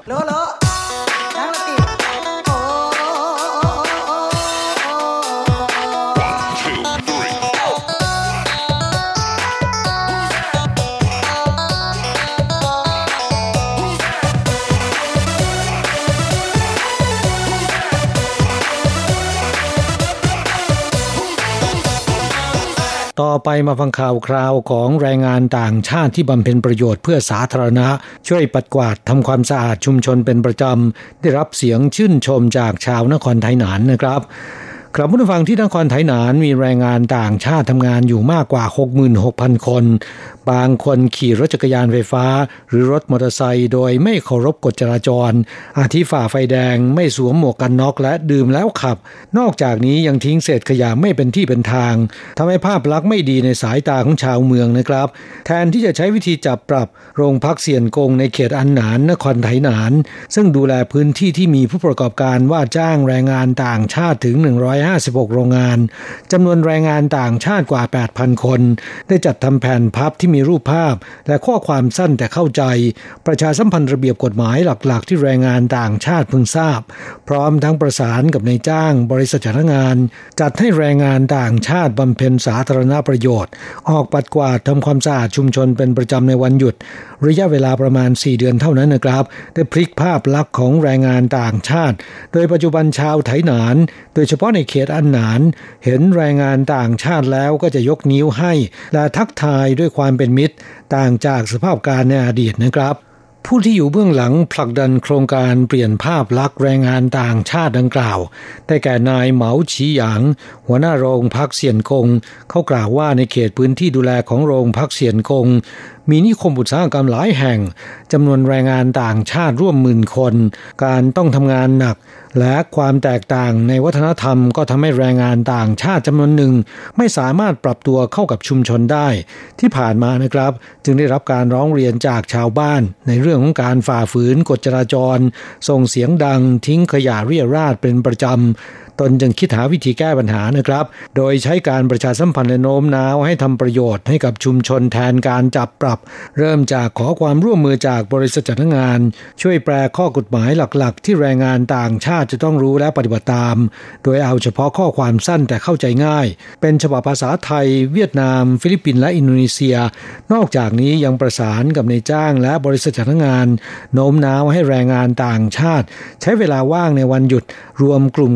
ต่อไปมาฟังข่าวคราวของแรงงานต่างชาติที่บำเพ็ญประโยชน์เพื่อสาธารณะช่วยปัดกวาดทำความสะอาดชุมชนเป็นประจำได้รับเสียงชื่นชมจากชาวนครไทยหนานนะครับครับผู้ฟังที่นครไทยหนานมีแรงงานต่างชาติทำงานอยู่มากกว่า หกหมื่นหกพัน คนบางคนขี่รถจักรยานไฟฟ้าหรือรถมอเตอร์ไซค์โดยไม่เคารพกฎจราจรอาทิฝ่าไฟแดงไม่สวมหมวกกันน็อกและดื่มแล้วขับนอกจากนี้ยังทิ้งเศษขยะไม่เป็นที่เป็นทางทำให้ภาพลักษณ์ไม่ดีในสายตาของชาวเมืองนะครับแทนที่จะใช้วิธีจับปรับโรงพักเซียนกงในเขตอันหนานนครไทยหนานซึ่งดูแลพื้นที่ที่มีผู้ประกอบการว่าจ้างแรงงานต่างชาติถึงหนึ่งร้อยห้าสิบหกโรงงานจำนวนแรงงานต่างชาติกว่า แปดพัน คนได้จัดทำแผ่นพับที่มีรูปภาพและข้อความสั้นแต่เข้าใจประชาสัมพันธ์ระเบียบกฎหมายหลักๆที่แรงงานต่างชาติพึงทราบพร้อมทั้งประสานกับนายจ้างบริษัทจ้างงานจัดให้แรงงานต่างชาติบำเพ็ญสาธารณประโยชน์ออกปัดกวาดทำความสะอาดชุมชนเป็นประจำในวันหยุดระยะเวลาประมาณสี่เดือนเท่านั้นนะครับได้พลิกภาพลักษณ์ของแรงงานต่างชาติโดยปัจจุบันชาวไถหนานโดยเฉพาะในเขตอันหนานเห็นแรงงานต่างชาติแล้วก็จะยกนิ้วให้และทักทายด้วยความเป็นมิตรต่างจากสภาพการในอดีตนะครับผู้ที่อยู่เบื้องหลังผลักดันโครงการเปลี่ยนภาพลักษณ์แรงงานต่างชาติดังกล่าวได้แก่นายเหมาฉีหยางหัวหน้าโรงพักเซียนกงเขากล่าวว่าในเขตพื้นที่ดูแลของโรงพักเซียนกงมีนิคมอุตสาหกรรมหลายแห่งจำนวนแรงงานต่างชาติร่วมหมื่นคนการต้องทำงานหนักและความแตกต่างในวัฒนธรรมก็ทำให้แรงงานต่างชาติจำนวนหนึ่งไม่สามารถปรับตัวเข้ากับชุมชนได้ที่ผ่านมานะครับจึงได้รับการร้องเรียนจากชาวบ้านในเรื่องของการฝ่าฝืนกฎจราจรส่งเสียงดังทิ้งขยะเรี่ยราดเป็นประจำตนจึงคิดหาวิธีแก้ปัญหานะครับโดยใช้การประชาสัมพันธ์และโน้มน้าวให้ทำประโยชน์ให้กับชุมชนแทนการจับปรับเริ่มจากขอความร่วมมือจากบริษัทจ้างงานช่วยแปลข้อกฎหมายหลักๆที่แรงงานต่างชาติจะต้องรู้และปฏิบัติตามโดยเอาเฉพาะข้อความสั้นแต่เข้าใจง่ายเป็นฉบับภาษาไทยเวียดนามฟิลิปปินส์และอินโดนีเซียนอกจากนี้ยังประสานกับนายจ้างและบริษัทจ้างงานโน้มน้าวให้แรงงานต่างชาติใช้เวลาว่างในวันหยุดรวมกลุ่มกันปัด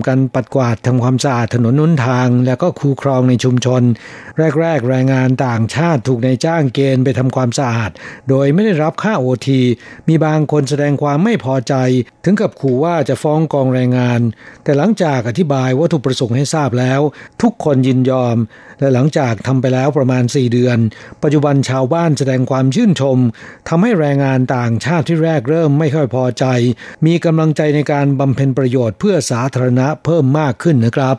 กวาดทำความสะอาดถนนหนทางแล้วก็คูคลองในชุมชนแรกๆแรงงานต่างชาติถูกนายจ้างเกณฑ์ไปทำความสะอาดโดยไม่ได้รับค่า โอ ที มีบางคนแสดงความไม่พอใจถึงกับขู่ว่าจะฟ้องกองแรงงานแต่หลังจากอธิบายวัตถุประสงค์ให้ทราบแล้วทุกคนยินยอมและหลังจากทำไปแล้วประมาณสี่เดือนปัจจุบันชาวบ้านแสดงความชื่นชมทำให้แรงงานต่างชาติที่แรกเริ่มไม่ค่อยพอใจมีกำลังใจในการบำเพ็ญประโยชน์เพื่อสาธารณะเพิ่มมากขึ้นนะครับ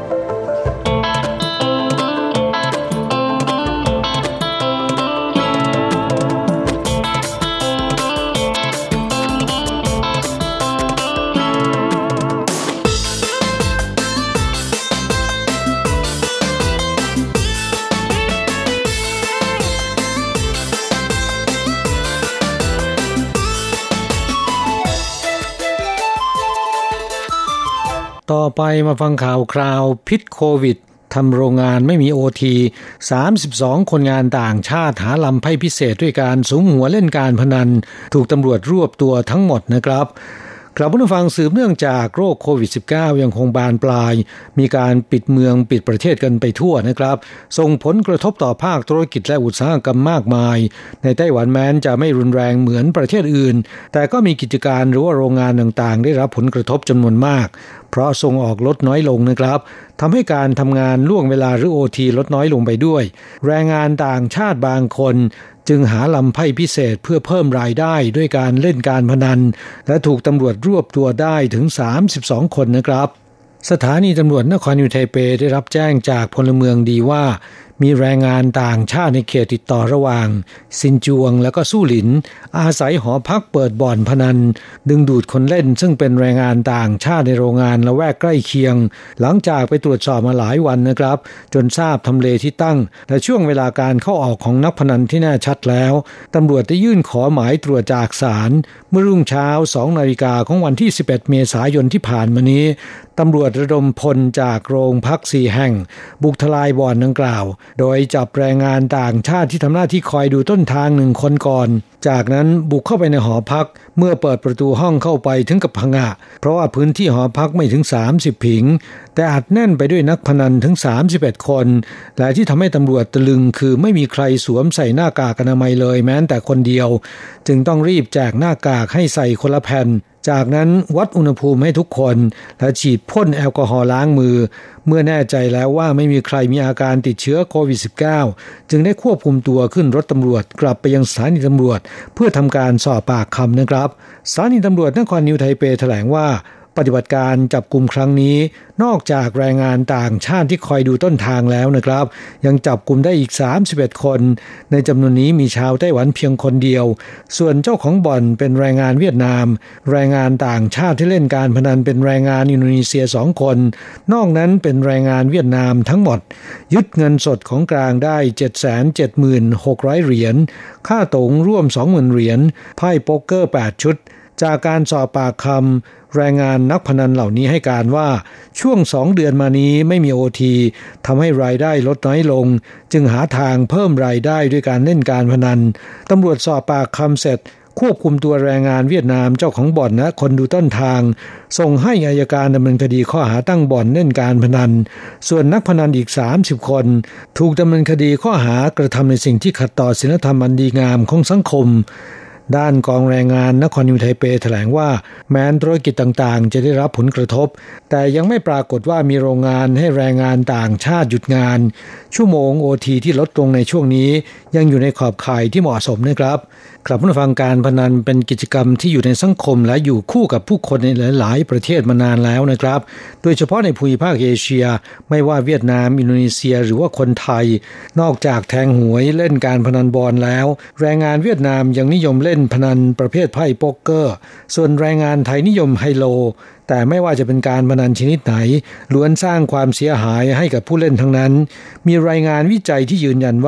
ต่อไปมาฟังข่าวคราวพิษโควิดทำโรงงานไม่มี โอ ที สามสิบสองคนงานต่างชาติหาลำไพ่พิเศษด้วยการสุมหัวเล่นการพนันถูกตำรวจรวบตัวทั้งหมดนะครับกลับมาฟังสืบเนื่องจากโรคโควิด สิบเก้า ยังคงบานปลายมีการปิดเมืองปิดประเทศกันไปทั่วนะครับส่งผลกระทบต่อภาคธุรกิจและอุตสาหกรรมมากมายในไต้หวันแม้นจะไม่รุนแรงเหมือนประเทศอื่นแต่ก็มีกิจการหรือว่าโรงงานต่างๆได้รับผลกระทบจำนวนมากเพราะส่งออกลดน้อยลงนะครับทำให้การทำงานล่วงเวลาหรือ โอ ที ลดน้อยลงไปด้วยแรงงานต่างชาติบางคนจึงหาลำไพ่พิเศษเพื่อเพิ่มรายได้ด้วยการเล่นการพนันและถูกตำรวจรวบตัวได้ถึงสามสิบสองคนนะครับสถานีตำรวจนครนิวยอร์กไทเปได้รับแจ้งจากพลเมืองดีว่ามีแรงงานต่างชาติในเขตติดต่อระหว่างซินจวงและก็สู้หลินอาศัยหอพักเปิดบ่อนพนันดึงดูดคนเล่นซึ่งเป็นแรงงานต่างชาติในโรงงานละแวกใกล้เคียงหลังจากไปตรวจสอบมาหลายวันนะครับจนทราบทำเลที่ตั้งและช่วงเวลาการเข้าออกของนักพนันที่แน่ชัดแล้วตำรวจได้ยื่นขอหมายตรวจจากศาลเมื่อรุ่งเช้า สองนาฬิกาของวันที่สิบเอ็ดเมษายนที่ผ่านมานี้ตำรวจระดมพลจากโรงพักสี่แห่งบุกทลายบ่อนดังกล่าวโดยจับแรงงานต่างชาติที่ทำหน้าที่คอยดูต้นทางหนึ่งคนก่อนจากนั้นบุกเข้าไปในหอพักเมื่อเปิดประตูห้องเข้าไปถึงกับผงะเพราะว่าพื้นที่หอพักไม่ถึงสามสิบผิงแต่อัดแน่นไปด้วยนักพนันถึงสามสิบเอ็ดคนและที่ทำให้ตำรวจตะลึงคือไม่มีใครสวมใส่หน้ากากอนามัยเลยแม้แต่คนเดียวจึงต้องรีบแจกหน้ากากให้ใส่คนละแผ่นจากนั้นวัดอุณหภูมิให้ทุกคนและฉีดพ่นแอลกอฮอล์ล้างมือเมื่อแน่ใจแล้วว่าไม่มีใครมีอาการติดเชื้อโควิด สิบเก้า จึงได้ควบคุมตัวขึ้นรถตำรวจกลับไปยังสถานีตำรวจเพื่อทำการสอบปากคำนะครับสถานีตำรวจนครนิวยอร์กไทเปแถลงว่าปฏิบัติการจับกุมครั้งนี้นอกจากแรงงานต่างชาติที่คอยดูต้นทางแล้วนะครับยังจับกุมได้อีกสามสิบเอ็ดคนในจำนวนนี้มีชาวไต้หวันเพียงคนเดียวส่วนเจ้าของบ่อนเป็นแรงงานเวียดนามแรงงานต่างชาติที่เล่นการพนันเป็นแรงงานอินโดนีเซียสองคนนอกนั้นเป็นแรงงานเวียดนามทั้งหมดยึดเงินสดของกลางได้ เจ็ดแสนเจ็ดหมื่นหกร้อย เหรียญค่าตงร่วม สองหมื่น เหรียญไพ่โป๊กเกอร์แปดชุดจากการสอบปากคำแรงงานนักพนันเหล่านี้ให้การว่าช่วงสองเดือนมานี้ไม่มี โอ ที ทำให้รายได้ลดน้อยลงจึงหาทางเพิ่มรายได้ด้วยการเล่นการพนันตำรวจสอบปากคำเสร็จควบคุมตัวแรงงานเวียดนามเจ้าของบ่อนและคนดูต้นทางส่งให้อัยการดำเนินคดีข้อหาตั้งบ่อนเล่นการพนันส่วนนักพนันอีกสามสิบคนถูกดำเนินคดีข้อหากระทำในสิ่งที่ขัดต่อศีลธรรมอันดีงามของสังคมด้านกองแรงงานนครนิวยอร์กไทเปแถลงว่าแม้ธุรกิจต่างๆจะได้รับผลกระทบแต่ยังไม่ปรากฏว่ามีโรงงานให้แรงงานต่างชาติหยุดงานชั่วโมง โอ ที ที่ลดลงในช่วงนี้ยังอยู่ในขอบข่ายที่เหมาะสมนะครับกลับมาฟังการพนันเป็นกิจกรรมที่อยู่ในสังคมและอยู่คู่กับผู้คนในหลายๆประเทศมานานแล้วนะครับโดยเฉพาะในภูมิภาคเอเชียไม่ว่าเวียดนามอินโดนีเซียหรือว่าคนไทยนอกจากแทงหวยเล่นการพนันบอลแล้วแรงงานเวียดนามยังนิยมเล่นพนันประเภทไพ่โป๊กเกอร์ส่วนแรงงานไทยนิยมไฮโลแต่ไม่ว่าจะเป็นการพนันชนิดไหนล้วนสร้างความเสียหายให้กับผู้เล่นทั้งนั้นมีรายงานวิจัยที่ยืนยันว่า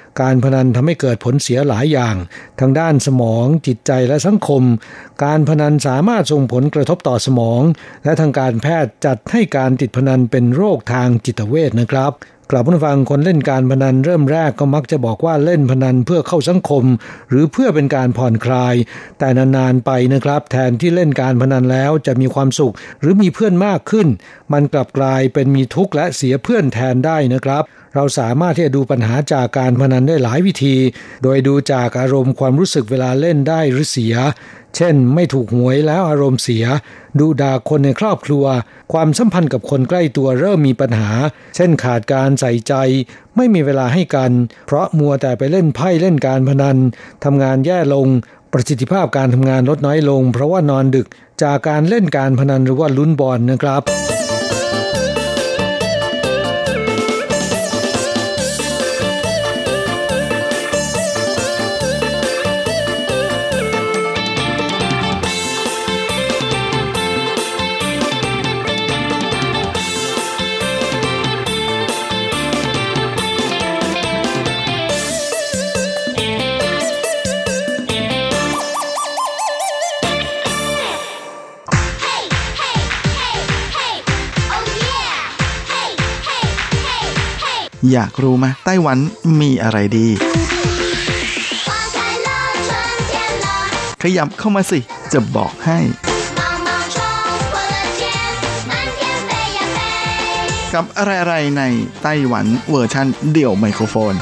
การพนันทำให้เกิดผลเสียหลายอย่างทางด้านสมองจิตใจและสังคมการพนันสามารถส่งผลกระทบต่อสมองและทางการแพทย์จัดให้การติดพนันเป็นโรคทางจิตเวชนะครับกลับมาฟังคนเล่นการพนันเริ่มแรกก็มักจะบอกว่าเล่นพนันเพื่อเข้าสังคมหรือเพื่อเป็นการผ่อนคลายแต่นานๆไปนะครับแทนที่เล่นการพนันแล้วจะมีความสุขหรือมีเพื่อนมากขึ้นมันกลับกลายเป็นมีทุกข์และเสียเพื่อนแทนได้นะครับเราสามารถที่จะดูปัญหาจากการพนันได้หลายวิธีโดยดูจากอารมณ์ความรู้สึกเวลาเล่นได้หรือเสียเช่นไม่ถูกหวยแล้วอารมณ์เสียดุด่าคนในครอบครัวความสัมพันธ์กับคนใกล้ตัวเริ่มมีปัญหาเช่นขาดการใส่ใจไม่มีเวลาให้กันเพราะมัวแต่ไปเล่นไพ่เล่นการพนันทำงานแย่ลงประสิทธิภาพการทำงานลดน้อยลงเพราะว่านอนดึกจากการเล่นการพนันหรือว่าลุ้นบอลนะครับอยากรู้ไหมไต้หวันมีอะไรดีขยับเข้ามาสิจะบอกให้กับอะไรๆในไต้หวันเวอร์ชันเดี่ยวไมโครโฟน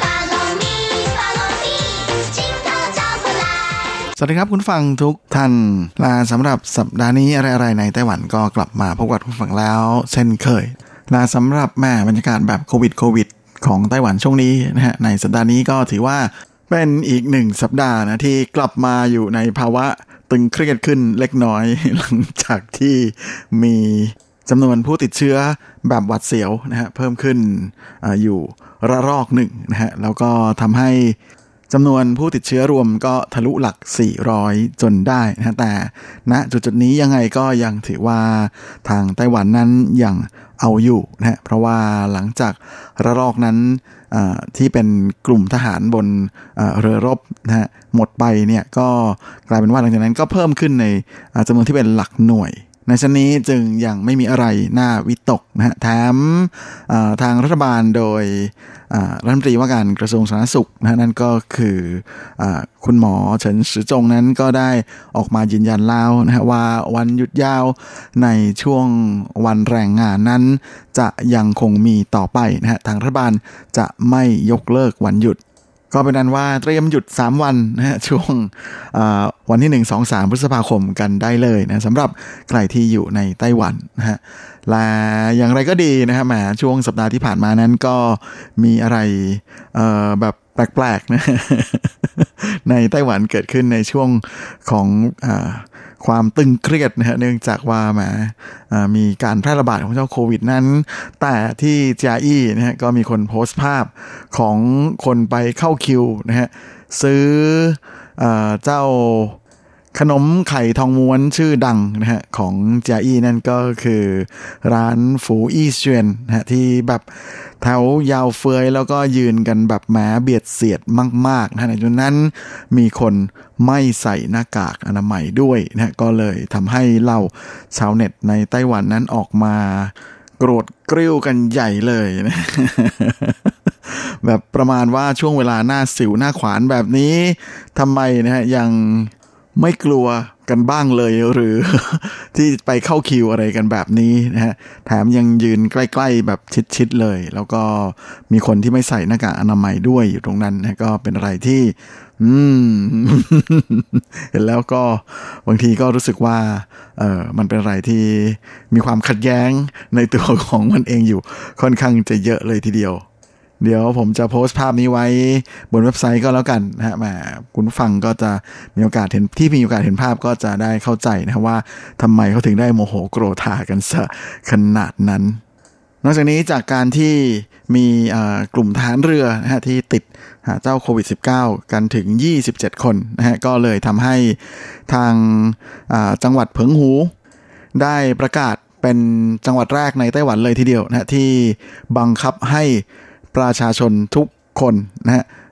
สวัสดีครับคุณฟังทุกท่านลาสำหรับสัปดาห์นี้อะไรๆในไต้หวันก็กลับมาพบกับคุณฟังแล้วเช่นเคยลาสำหรับแม่บรรยากาศแบบโควิดโควิดของไต้หวันช่วงนี้นะฮะในสัปดาห์นี้ก็ถือว่าเป็นอีกหนึ่งสัปดาห์นะที่กลับมาอยู่ในภาวะตึงเครียดขึ้นเล็กน้อยหลังจากที่มีจำนวนผู้ติดเชื้อแบบหวัดเสียวนะฮะเพิ่มขึ้น อ, อยู่ระลอกหนึ่งนะฮะแล้วก็ทำให้จำนวนผู้ติดเชื้อรวมก็ทะลุหลักสี่ร้อยจนได้นะแต่ณจุดๆนี้ยังไงก็ยังถือว่าทางไต้หวันนั้นยังเอาอยู่นะฮะเพราะว่าหลังจากระลอกนั้นที่เป็นกลุ่มทหารบนเรือรบนะฮะหมดไปเนี่ยก็กลายเป็นว่าหลังจากนั้นก็เพิ่มขึ้นในจำนวนที่เป็นหลักหน่วยในชั้นนี้จึงยังไม่มีอะไรน่าวิตกนะฮะแถมทางรัฐบาลโดยรัฐมนตรีว่าการกระทรวงสาธารณสุขนะนั่นก็คือคุณหมอเฉินซือจงนั้นก็ได้ออกมายืนยันแล้วนะฮะว่าวันหยุดยาวในช่วงวันแรงงานนั้นจะยังคงมีต่อไปนะฮะทางรัฐบาลจะไม่ยกเลิกวันหยุดก็เป็นนั้นว่าเตรียมหยุดสามวันนะฮะช่วงวันที่หนึ่ง สอง สามพฤษภาคมกันได้เลยนะสำหรับใครที่อยู่ในไต้หวันนะฮะและอย่างไรก็ดีนะครับแหมช่วงสัปดาห์ที่ผ่านมานั้นก็มีอะไรแบบแปลกๆนะในไต้หวันเกิดขึ้นในช่วงของความตึงเครียดนะฮะเนื่องจากว่าแหมมีการแพร่ระบาดของเจ้าโควิดนั้นแต่ที่จาอี้นะฮะก็มีคนโพสต์ภาพของคนไปเข้าคิวนะฮะซื้อเจ้าขนมไข่ทองม้วนชื่อดังนะฮะของจาอี้นั่นก็คือร้านฝูอี้เซียนนะฮะที่แบบแถวยาวเฟือยแล้วก็ยืนกันแบบแหมเบียดเสียดมากๆนะในจุดนั้นมีคนไม่ใส่หน้ากากอนามัยด้วยนะก็เลยทำให้เหล่าชาวเน็ตในไต้หวันนั้นออกมาโกรธกริ้วกันใหญ่เลยนะ แบบประมาณว่าช่วงเวลาหน้าสิวหน้าขวานแบบนี้ทำไมนะฮะยังไม่กลัวกันบ้างเลยหรือ ที่ไปเข้าคิวอะไรกันแบบนี้นะฮะแถมยังยืนใกล้ๆแบบชิดๆเลยแล้วก็มีคนที่ไม่ใส่หน้ากากอนามัยด้วยอยู่ตรงนั้นนะก็เป็นอะไรที่อืม เห็นแล้วก็บางทีก็รู้สึกว่าเออมันเป็นอะไรที่มีความขัดแย้งในตัวของมันเองอยู่ค่อนข้างจะเยอะเลยทีเดียวเดี๋ยวผมจะโพสต์ภาพนี้ไว้บนเว็บไซต์ก็แล้วกันนะฮะแหมคุณฟังก็จะมีโอกาสเห็นที่มีโอกาสเห็นภาพก็จะได้เข้าใจนะว่าทำไมเขาถึงได้โมโหโกรธากันซะขนาดนั้นนอกจากนี้จากการที่มีกลุ่มทหารเรือนะฮะที่ติดเจ้าโควิด สิบเก้า กันถึงยี่สิบเจ็ดคนนะฮะก็เลยทำให้ทางจังหวัดเผิงหูได้ประกาศเป็นจังหวัดแรกในไต้หวันเลยทีเดียวนะฮะที่บังคับให้ประชาชนทุกคนนะฮะ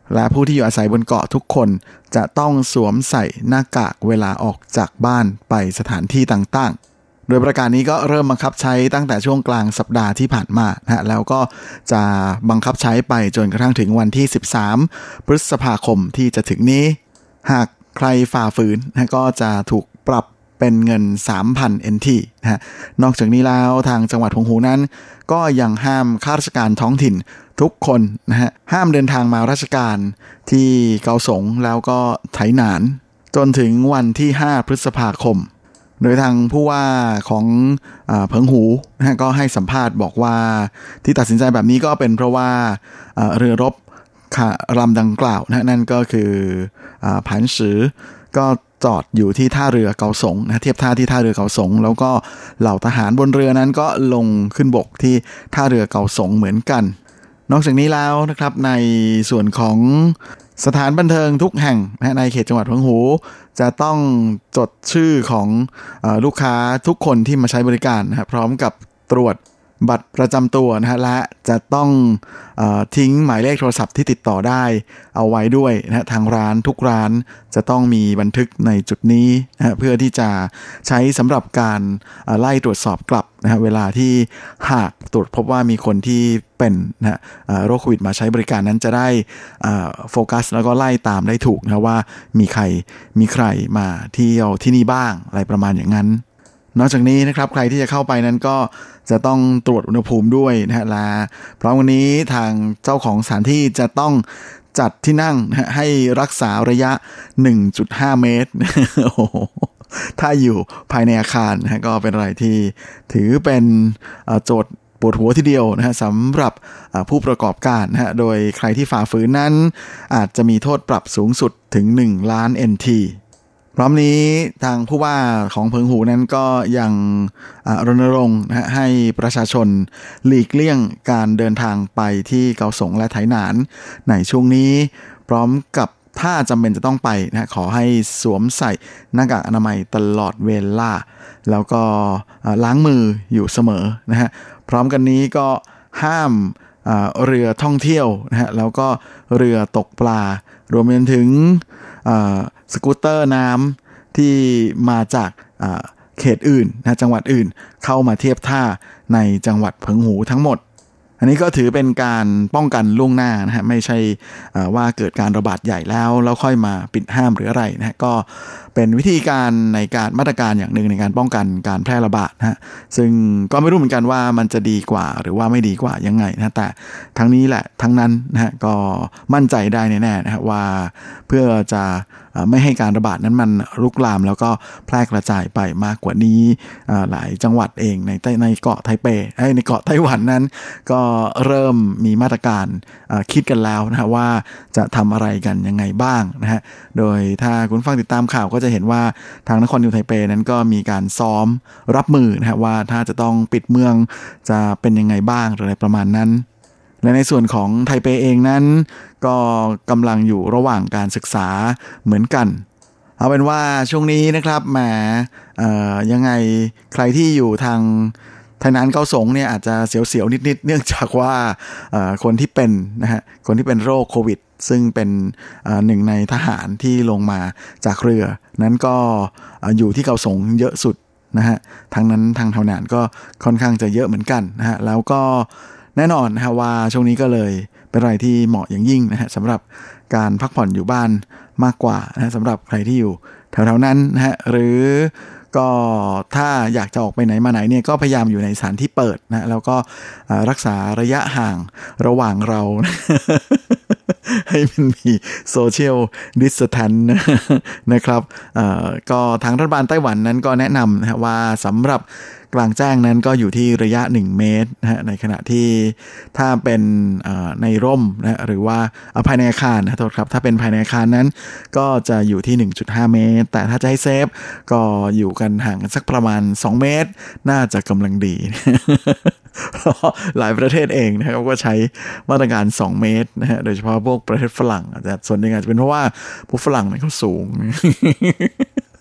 และผู้ที่อยู่อาศัยบนเกาะทุกคนจะต้องสวมใส่หน้ากากเวลาออกจากบ้านไปสถานที่ต่างๆโดยประกาศนี้ก็เริ่มบังคับใช้ตั้งแต่ช่วงกลางสัปดาห์ที่ผ่านมานะแล้วก็จะบังคับใช้ไปจนกระทั่งถึงวันที่สิบสามพฤษภาคมที่จะถึงนี้หากใครฝ่าฝืนนะก็จะถูกปรับเป็นเงิน สามพัน เอ็น ที นะฮะนอกจากนี้แล้วทางจังหวัดหงหูนั้นก็ยังห้ามข้าราชการท้องถิ่นทุกคนนะฮะห้ามเดินทางมาราชการที่เกาสงแล้วก็ไถหนานจนถึงวันที่ห้าพฤษภาคมโดยทางผู้ว่าของเอ่อเพิงหูนะฮะก็ให้สัมภาษณ์บอกว่าที่ตัดสินใจแบบนี้ก็เป็นเพราะว่าเอ่อเรือรบลำดังกล่าวนะนั่นก็คืออ่าผันสือก็จอดอยู่ที่ท่าเรือเกาสงนะเทียบท่าที่ท่าเรือเกาสงแล้วก็เหล่าทหารบนเรือนั้นก็ลงขึ้นบกที่ท่าเรือเกาสงเหมือนกันนอกจากนี้แล้วนะครับในส่วนของสถานบันเทิงทุกแห่งนะในเขตจังหวัดเพิงหูจะต้องจดชื่อของเอ่อลูกค้าทุกคนที่มาใช้บริการนะพร้อมกับตรวจบัตรประจำตัวนะฮะและจะต้องเอ่อทิ้งหมายเลขโทรศัพท์ที่ติดต่อได้เอาไว้ด้วยนะฮะทางร้านทุกร้านจะต้องมีบันทึกในจุดนี้นะฮะเพื่อที่จะใช้สำหรับการไล่ตรวจสอบกลับนะฮะเวลาที่หากตรวจพบว่ามีคนที่เป็นนะฮะโรคโควิดมาใช้บริการนั้นจะได้โฟกัสแล้วก็ไล่ตามได้ถูกนะว่ามีใครมีใครมาเที่ยวที่นี่บ้างอะไรประมาณอย่างนั้นนอกจากนี้นะครับใครที่จะเข้าไปนั้นก็จะต้องตรวจอุณหภูมิด้วยนะฮะและเพราะวันนี้ทางเจ้าของสถานที่จะต้องจัดที่นั่งนะให้รักษาระยะ หนึ่งจุดห้า เมตร โอ้โหถ้าอยู่ภายในอาคารนะฮะก็เป็นอะไรที่ถือเป็นโจทย์ปวดหัวทีเดียวนะฮะสำหรับผู้ประกอบการนะฮะโดยใครที่ฝ่าฝืนนั้นอาจจะมีโทษปรับสูงสุดถึงหนึ่งล้าน เอ็น ทีพร้อมนี้ทางผู้ว่าของเพิงหูนั้นก็ยังรณรงค์นะให้ประชาชนหลีกเลี่ยงการเดินทางไปที่เกาสงและไถหนานในช่วงนี้พร้อมกับถ้าจำเป็นจะต้องไปนะขอให้สวมใส่หน้ากากอนามัยตลอดเวลาแล้วก็ล้างมืออยู่เสมอนะฮะพร้อมกันนี้ก็ห้ามเรือท่องเที่ยวนะฮะแล้วก็เรือตกปลารวมไปถึงสกูตเตอร์น้ำที่มาจากเขตอื่นนะจังหวัดอื่นเข้ามาเทียบท่าในจังหวัดเพิงหูทั้งหมดอันนี้ก็ถือเป็นการป้องกันล่วงหน้านะฮะไม่ใช่ว่าเกิดการระบาดใหญ่แล้วแล้วค่อยมาปิดห้ามหรืออะไรนะฮะก็เป็นวิธีการในการมาตรการอย่างหนึ่งในการป้องกันการแพร่ระบาดนะฮะซึ่งก็ไม่รู้เหมือนกันว่ามันจะดีกว่าหรือว่าไม่ดีกว่ายังไงนะแต่ทั้งนี้แหละทั้งนั้นนะฮะก็มั่นใจได้แน่ๆนะฮะว่าเพื่อจะไม่ให้การระบาดนั้นมันลุกลามแล้วก็แพร่กระจายไปมากกว่านี้หลายจังหวัดเองในในเกาะไทเปในเกาะไต้หวันนั้นก็เริ่มมีมาตรการคิดกันแล้วนะฮะว่าจะทำอะไรกันยังไงบ้างนะฮะโดยถ้าคุณฟังติดตามข่าวก็จะเห็นว่าทางนครนิวไทเปนั้นก็มีการซ้อมรับมือนะฮะว่าถ้าจะต้องปิดเมืองจะเป็นยังไงบ้างอะไรประมาณนั้นและในส่วนของไทเปเองนั้นก็กำลังอยู่ระหว่างการศึกษาเหมือนกันเอาเป็นว่าช่วงนี้นะครับแหมเอ่อยังไงใครที่อยู่ทางไทยนานเกาสงเนี่ยอาจจะเสียวๆนิดๆเนื่องจากว่าคนที่เป็นนะฮะคนที่เป็นโรคโควิดซึ่งเป็นหนึ่งในทหารที่ลงมาจากเรือนั้นก็อยู่ที่เกาสงเยอะสุดนะฮะทางนั้นทางไทยนานก็ค่อนข้างจะเยอะเหมือนกันนะฮะแล้วก็แน่นอนนะฮะว่าช่วงนี้ก็เลยเป็นอะไรที่เหมาะอย่างยิ่งนะฮะสำหรับการพักผ่อนอยู่บ้านมากกว่านะสำหรับใครที่อยู่แถวๆนั้นนะฮะหรือก็ถ้าอยากจะออกไปไหนมาไหนเนี่ยก็พยายามอยู่ในสถานที่เปิดนะแล้วก็รักษาระยะห่างระหว่างเราให้มันมีโซเชียลดิสแทนซ์นะครับก็ทางรัฐบาลไต้หวันนั้นก็แนะนำนะว่าสำหรับกลางแจ้งนั้นก็อยู่ที่ระยะหนึ่งเมตรนะฮะในขณะที่ถ้าเป็นในร่มนะหรือว่าภายในอาคารนะโทษครับถ้าเป็นภายในอาคารนั้นก็จะอยู่ที่ หนึ่งจุดห้า เมตรแต่ถ้าจะให้เซฟก็อยู่กันห่างกันสักประมาณสองเมตรน่าจะกำลังดี หลายประเทศเองนะครับก็ใช้มาตรการสองเมตรนะฮะโดยเฉพาะพวกประเทศฝรั่งอาจจะส่วนหนึ่งอาจจะเป็นเพราะว่าพวกฝรั่งเนี่ยเขาสูง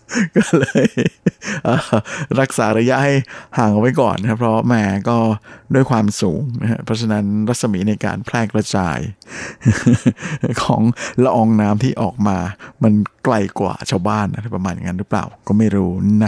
ก็เลยรักษาระยะให้ห่างเอาไว้ก่อนนะครับเพราะแหมก็ด้วยความสูงนะฮะเพราะฉะนั้นรัศมีในการแพร่กระจายของละอองน้ำที่ออกมามันไกลกว่าชาวบ้านอะไรประมาณอย่างนั้นหรือเปล่าก็ไม่รู้นะ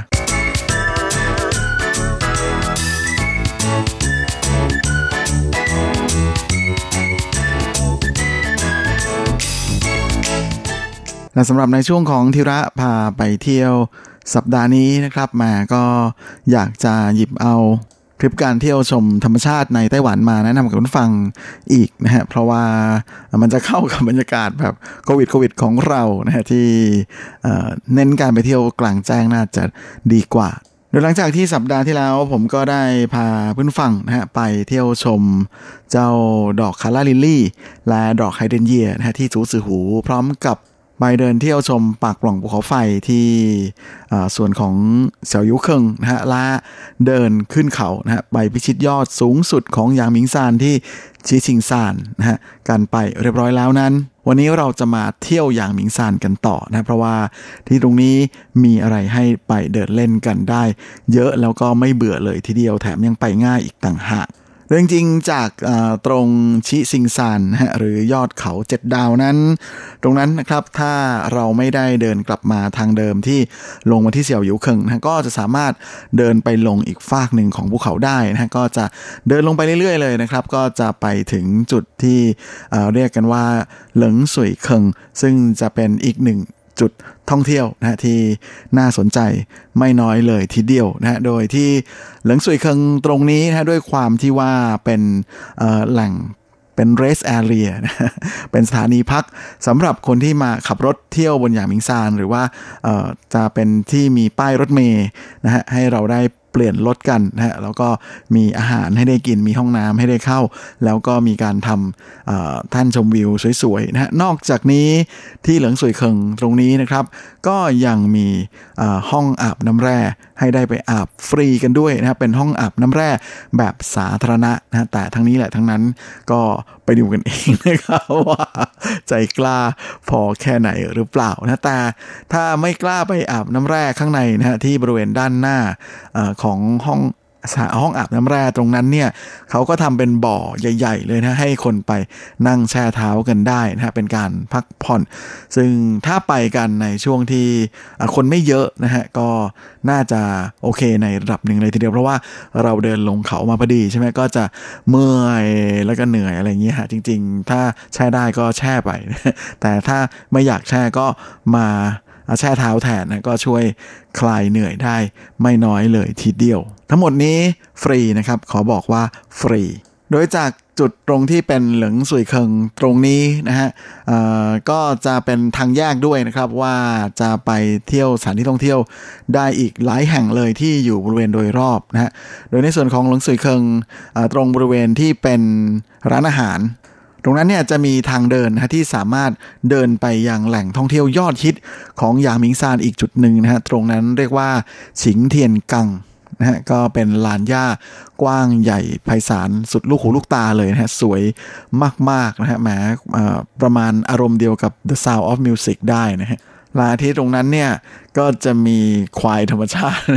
และสำหรับในช่วงของธีระพาไปเที่ยวสัปดาห์นี้นะครับมาก็อยากจะหยิบเอาคลิปการเที่ยวชมธรรมชาติในไต้หวันมาแนะนำกับคุณฟังอีกนะฮะเพราะว่ามันจะเข้ากับบรรยากาศแบบโควิดโควิดของเรานะฮะที่เน้นการไปเที่ยวกลางแจ้งน่าจะดีกว่าโดยหลังจากที่สัปดาห์ที่แล้วผมก็ได้พาเพื่อนฟังนะฮะไปเที่ยวชมเจ้าดอกคาราลิลลี่และดอกไฮเดรนเยียนะฮะที่จูซือหูพร้อมกับไปเดินเที่ยวชมปากปล่องภูเขาไฟที่ส่วนของเสี่ยวหยูเคิงนะฮะและเดินขึ้นเขานะฮะไปพิชิตยอดสูงสุดของหยางหมิงซานที่ชีชิงซานนะฮะกันไปเรียบร้อยแล้วนั้นวันนี้เราจะมาเที่ยวหยางหมิงซานกันต่อนะเพราะว่าที่ตรงนี้มีอะไรให้ไปเดินเล่นกันได้เยอะแล้วก็ไม่เบื่อเลยทีเดียวแถมยังไปง่ายอีกต่างหากเรื่องจริงจากตรงชิซิงซานนะฮะหรือยอดเขาเจ็ดดาวนั้นตรงนั้นนะครับถ้าเราไม่ได้เดินกลับมาทางเดิมที่ลงมาที่เสี่ยวหยูเคิงนะก็จะสามารถเดินไปลงอีกฟากหนึ่งของภูเขาได้นะก็จะเดินลงไปเรื่อยๆเลยนะครับก็จะไปถึงจุดที่เรียกกันว่าเหลิงสุยเคิงซึ่งจะเป็นอีกหนึ่งจุดท่องเที่ยวนะฮะที่น่าสนใจไม่น้อยเลยทีเดียวนะฮะโดยที่เหลิงสุยเคิงตรงนี้นะฮะด้วยความที่ว่าเป็นแหล่งเป็นเรสแอเรียนะเป็นสถานีพักสำหรับคนที่มาขับรถเที่ยวบนหยางหมิงซานหรือว่าจะเป็นที่มีป้ายรถเมล์นะฮะให้เราได้เปลี่ยนรถกันนะฮะแล้วก็มีอาหารให้ได้กินมีห้องน้ำให้ได้เข้าแล้วก็มีการทำท่านชมวิวสวยๆนะฮะนอกจากนี้ที่เหลิงสุยเคิงตรงนี้นะครับก็ยังมีห้องอาบน้ำแร่ให้ได้ไปอาบฟรีกันด้วยนะครับเป็นห้องอาบน้ำแร่แบบสาธารณะนะแต่ทั้งนี้แหละทั้งนั้นก็ไปดูกันเองนะครับว่าใจกล้าพอแค่ไหนหรือเปล่านะแต่ถ้าไม่กล้าไปอาบน้ำแร่ข้างในนะฮะที่บริเวณด้านหน้าของห้องห้องอาบน้ำแร่ตรงนั้นเนี่ยเขาก็ทำเป็นบ่อใหญ่ๆเลยนะให้คนไปนั่งแช่เท้ากันได้นะฮะเป็นการพักผ่อนซึ่งถ้าไปกันในช่วงที่คนไม่เยอะนะฮะก็น่าจะโอเคในระดับหนึ่งเลยทีเดียวเพราะว่าเราเดินลงเขามาพอดีใช่ไหมก็จะเมื่อยแล้วก็เหนื่อยอะไรอย่างเงี้ยฮะจริงๆถ้าแช่ได้ก็แช่ไปแต่ถ้าไม่อยากแช่ก็มาแช่เท้าแทนนะก็ช่วยคลายเหนื่อยได้ไม่น้อยเลยทีเดียวทั้งหมดนี้ฟรีนะครับขอบอกว่าฟรีโดยจากจุดตรงที่เป็นเหลิงสุยเคิงตรงนี้นะฮะก็จะเป็นทางแยกด้วยนะครับว่าจะไปเที่ยวสถานที่ท่องเที่ยวได้อีกหลายแห่งเลยที่อยู่บริเวณโดยรอบนะฮะโดยในส่วนของเหลิงสุยเคิงตรงบริเวณที่เป็นร้านอาหารตรงนั้นเนี่ยจะมีทางเดินนะที่สามารถเดินไปยังแหล่งท่องเที่ยวยอดฮิตของหยางหมิงซานอีกจุดหนึ่งนะฮะตรงนั้นเรียกว่าฉิงเทียนกังนะฮะก็เป็นลานหญ้ากว้างใหญ่ไพศาลสุดลูกหูลูกตาเลยนะฮะสวยมากๆนะฮะแหมประมาณอารมณ์เดียวกับ The Sound of Music ได้นะฮะลานที่ตรงนั้นเนี่ยก็จะมีควายธรรมชาติ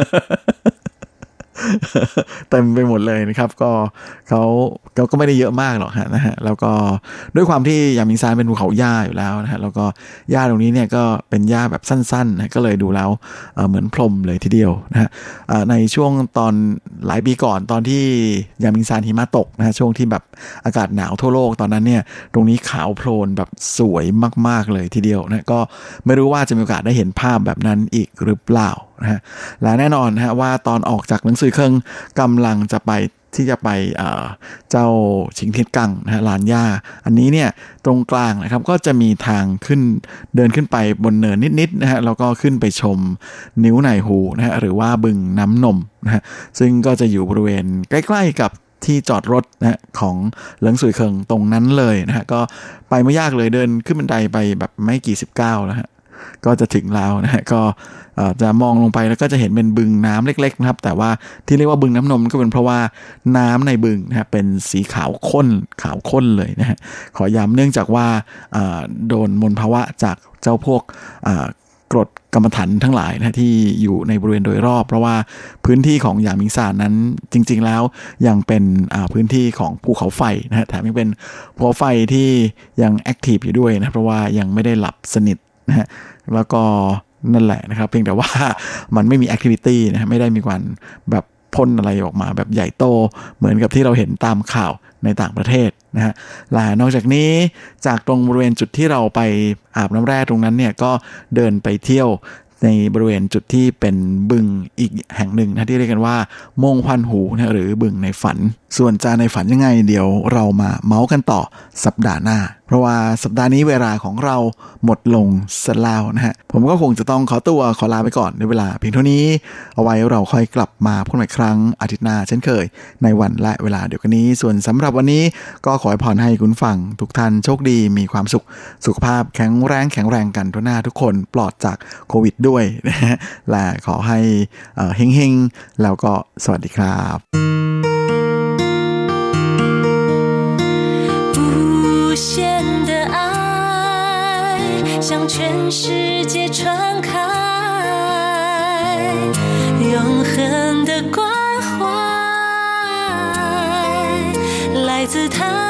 เต็มไปหมดเลยนะครับก็เขาเขาก็ไม่ได้เยอะมากหรอกฮะนะฮะแล้วก็ด้วยความที่หยางหมิงซานเป็นภูเขาหญ้าอยู่แล้วนะฮะแล้วก็หญ้าตรงนี้เนี่ยก็เป็นหญ้าแบบสั้นๆนะก็เลยดูแล้วเเหมือนพรมเลยทีเดียวนะฮะในช่วงตอนหลายปีก่อนตอนที่หยางหมิงซานหิมะตกนะฮะช่วงที่แบบอากาศหนาวทั่วโลกตอนนั้นเนี่ยตรงนี้ขาวโพลนแบบสวยมากๆเลยทีเดียวนะก็ไม่รู้ว่าจะมีโอกาสได้เห็นภาพแบบนั้นอีกหรือเปล่านะฮะและแน่นอนนะฮะว่าตอนออกจากหนังสือเคิงกำลังจะไปที่จะไปเอ่อเจ้าชิงเทียนกังนะฮะลานหญ้าอันนี้เนี่ยตรงกลางนะครับก็จะมีทางขึ้นเดินขึ้นไปบนเนินนิดๆนะฮะแล้วก็ขึ้นไปชมนิ้วไหนหูนะฮะหรือว่าบึงน้ำนมนะฮะซึ่งก็จะอยู่บริเวณใกล้ๆกับที่จอดรถนะของเหลิงสุยเคิงตรงนั้นเลยนะฮะก็ไปไม่ยากเลยเดินขึ้นบันไดไปแบบไม่กี่สิบก้าวนะฮะก็จะถึงแล้วนะฮะก็จะมองลงไปแล้วก็จะเห็นเป็นบึงน้ำเล็กๆนะครับแต่ว่าที่เรียกว่าบึงน้ำนมก็เป็นเพราะว่าน้ำในบึงนะฮะเป็นสีขาวข้นขาวข้นเลยนะฮะขอย้ำเนื่องจากว่าโดนมลภาวะจากเจ้าพวกกรดกรรมฐานทั้งหลายนะที่อยู่ในบริเวณโดยรอบเพราะว่าพื้นที่ของหยางมิงซานนั้นจริงๆแล้วยังเป็นพื้นที่ของภูเขาไฟนะฮะแถมยังเป็นภูเขาไฟที่ยังแอคทีฟอยู่ด้วยนะเพราะว่ายังไม่ได้หลับสนิทนะฮะแล้วก็นั่นแหละนะครับเพียงแต่ว่ามันไม่มีแอคทิวิตี้นะไม่ได้มีการแบบพ่นอะไรออกมาแบบใหญ่โตเหมือนกับที่เราเห็นตามข่าวในต่างประเทศนะฮะและนอกจากนี้จากตรงบริเวณจุดที่เราไปอาบน้ำแร่ตรงนั้นเนี่ยก็เดินไปเที่ยวในบริเวณจุดที่เป็นบึงอีกแห่งหนึ่งนะที่เรียกกันว่ามงควันหูนะหรือบึงในฝันส่วนจะในฝันยังไงเดี๋ยวเรามาเมาส์กันต่อสัปดาห์หน้าเพราะว่าสัปดาห์นี้เวลาของเราหมดลงซะแล้วนะฮะผมก็คงจะต้องขอตัวขอลาไปก่อนในเวลาเพียงเท่านี้เอาไว้เราค่อยกลับมาพบกันอีกครั้งอาทิตย์หน้าเช่นเคยในวันและเวลาเดียวกันนี้ส่วนสำหรับวันนี้ก็ขอให้พรให้คุณฟังทุกท่านโชคดีมีความสุขสุขภาพแข็งแรงแข็งแรงกันทั่วหน้าทุกคนปลอดจากโควิดด้วยนะฮะและขอให้เฮงๆแล้วก็สวัสดีครับ无限的爱向全世界传开，永恒的关怀来自他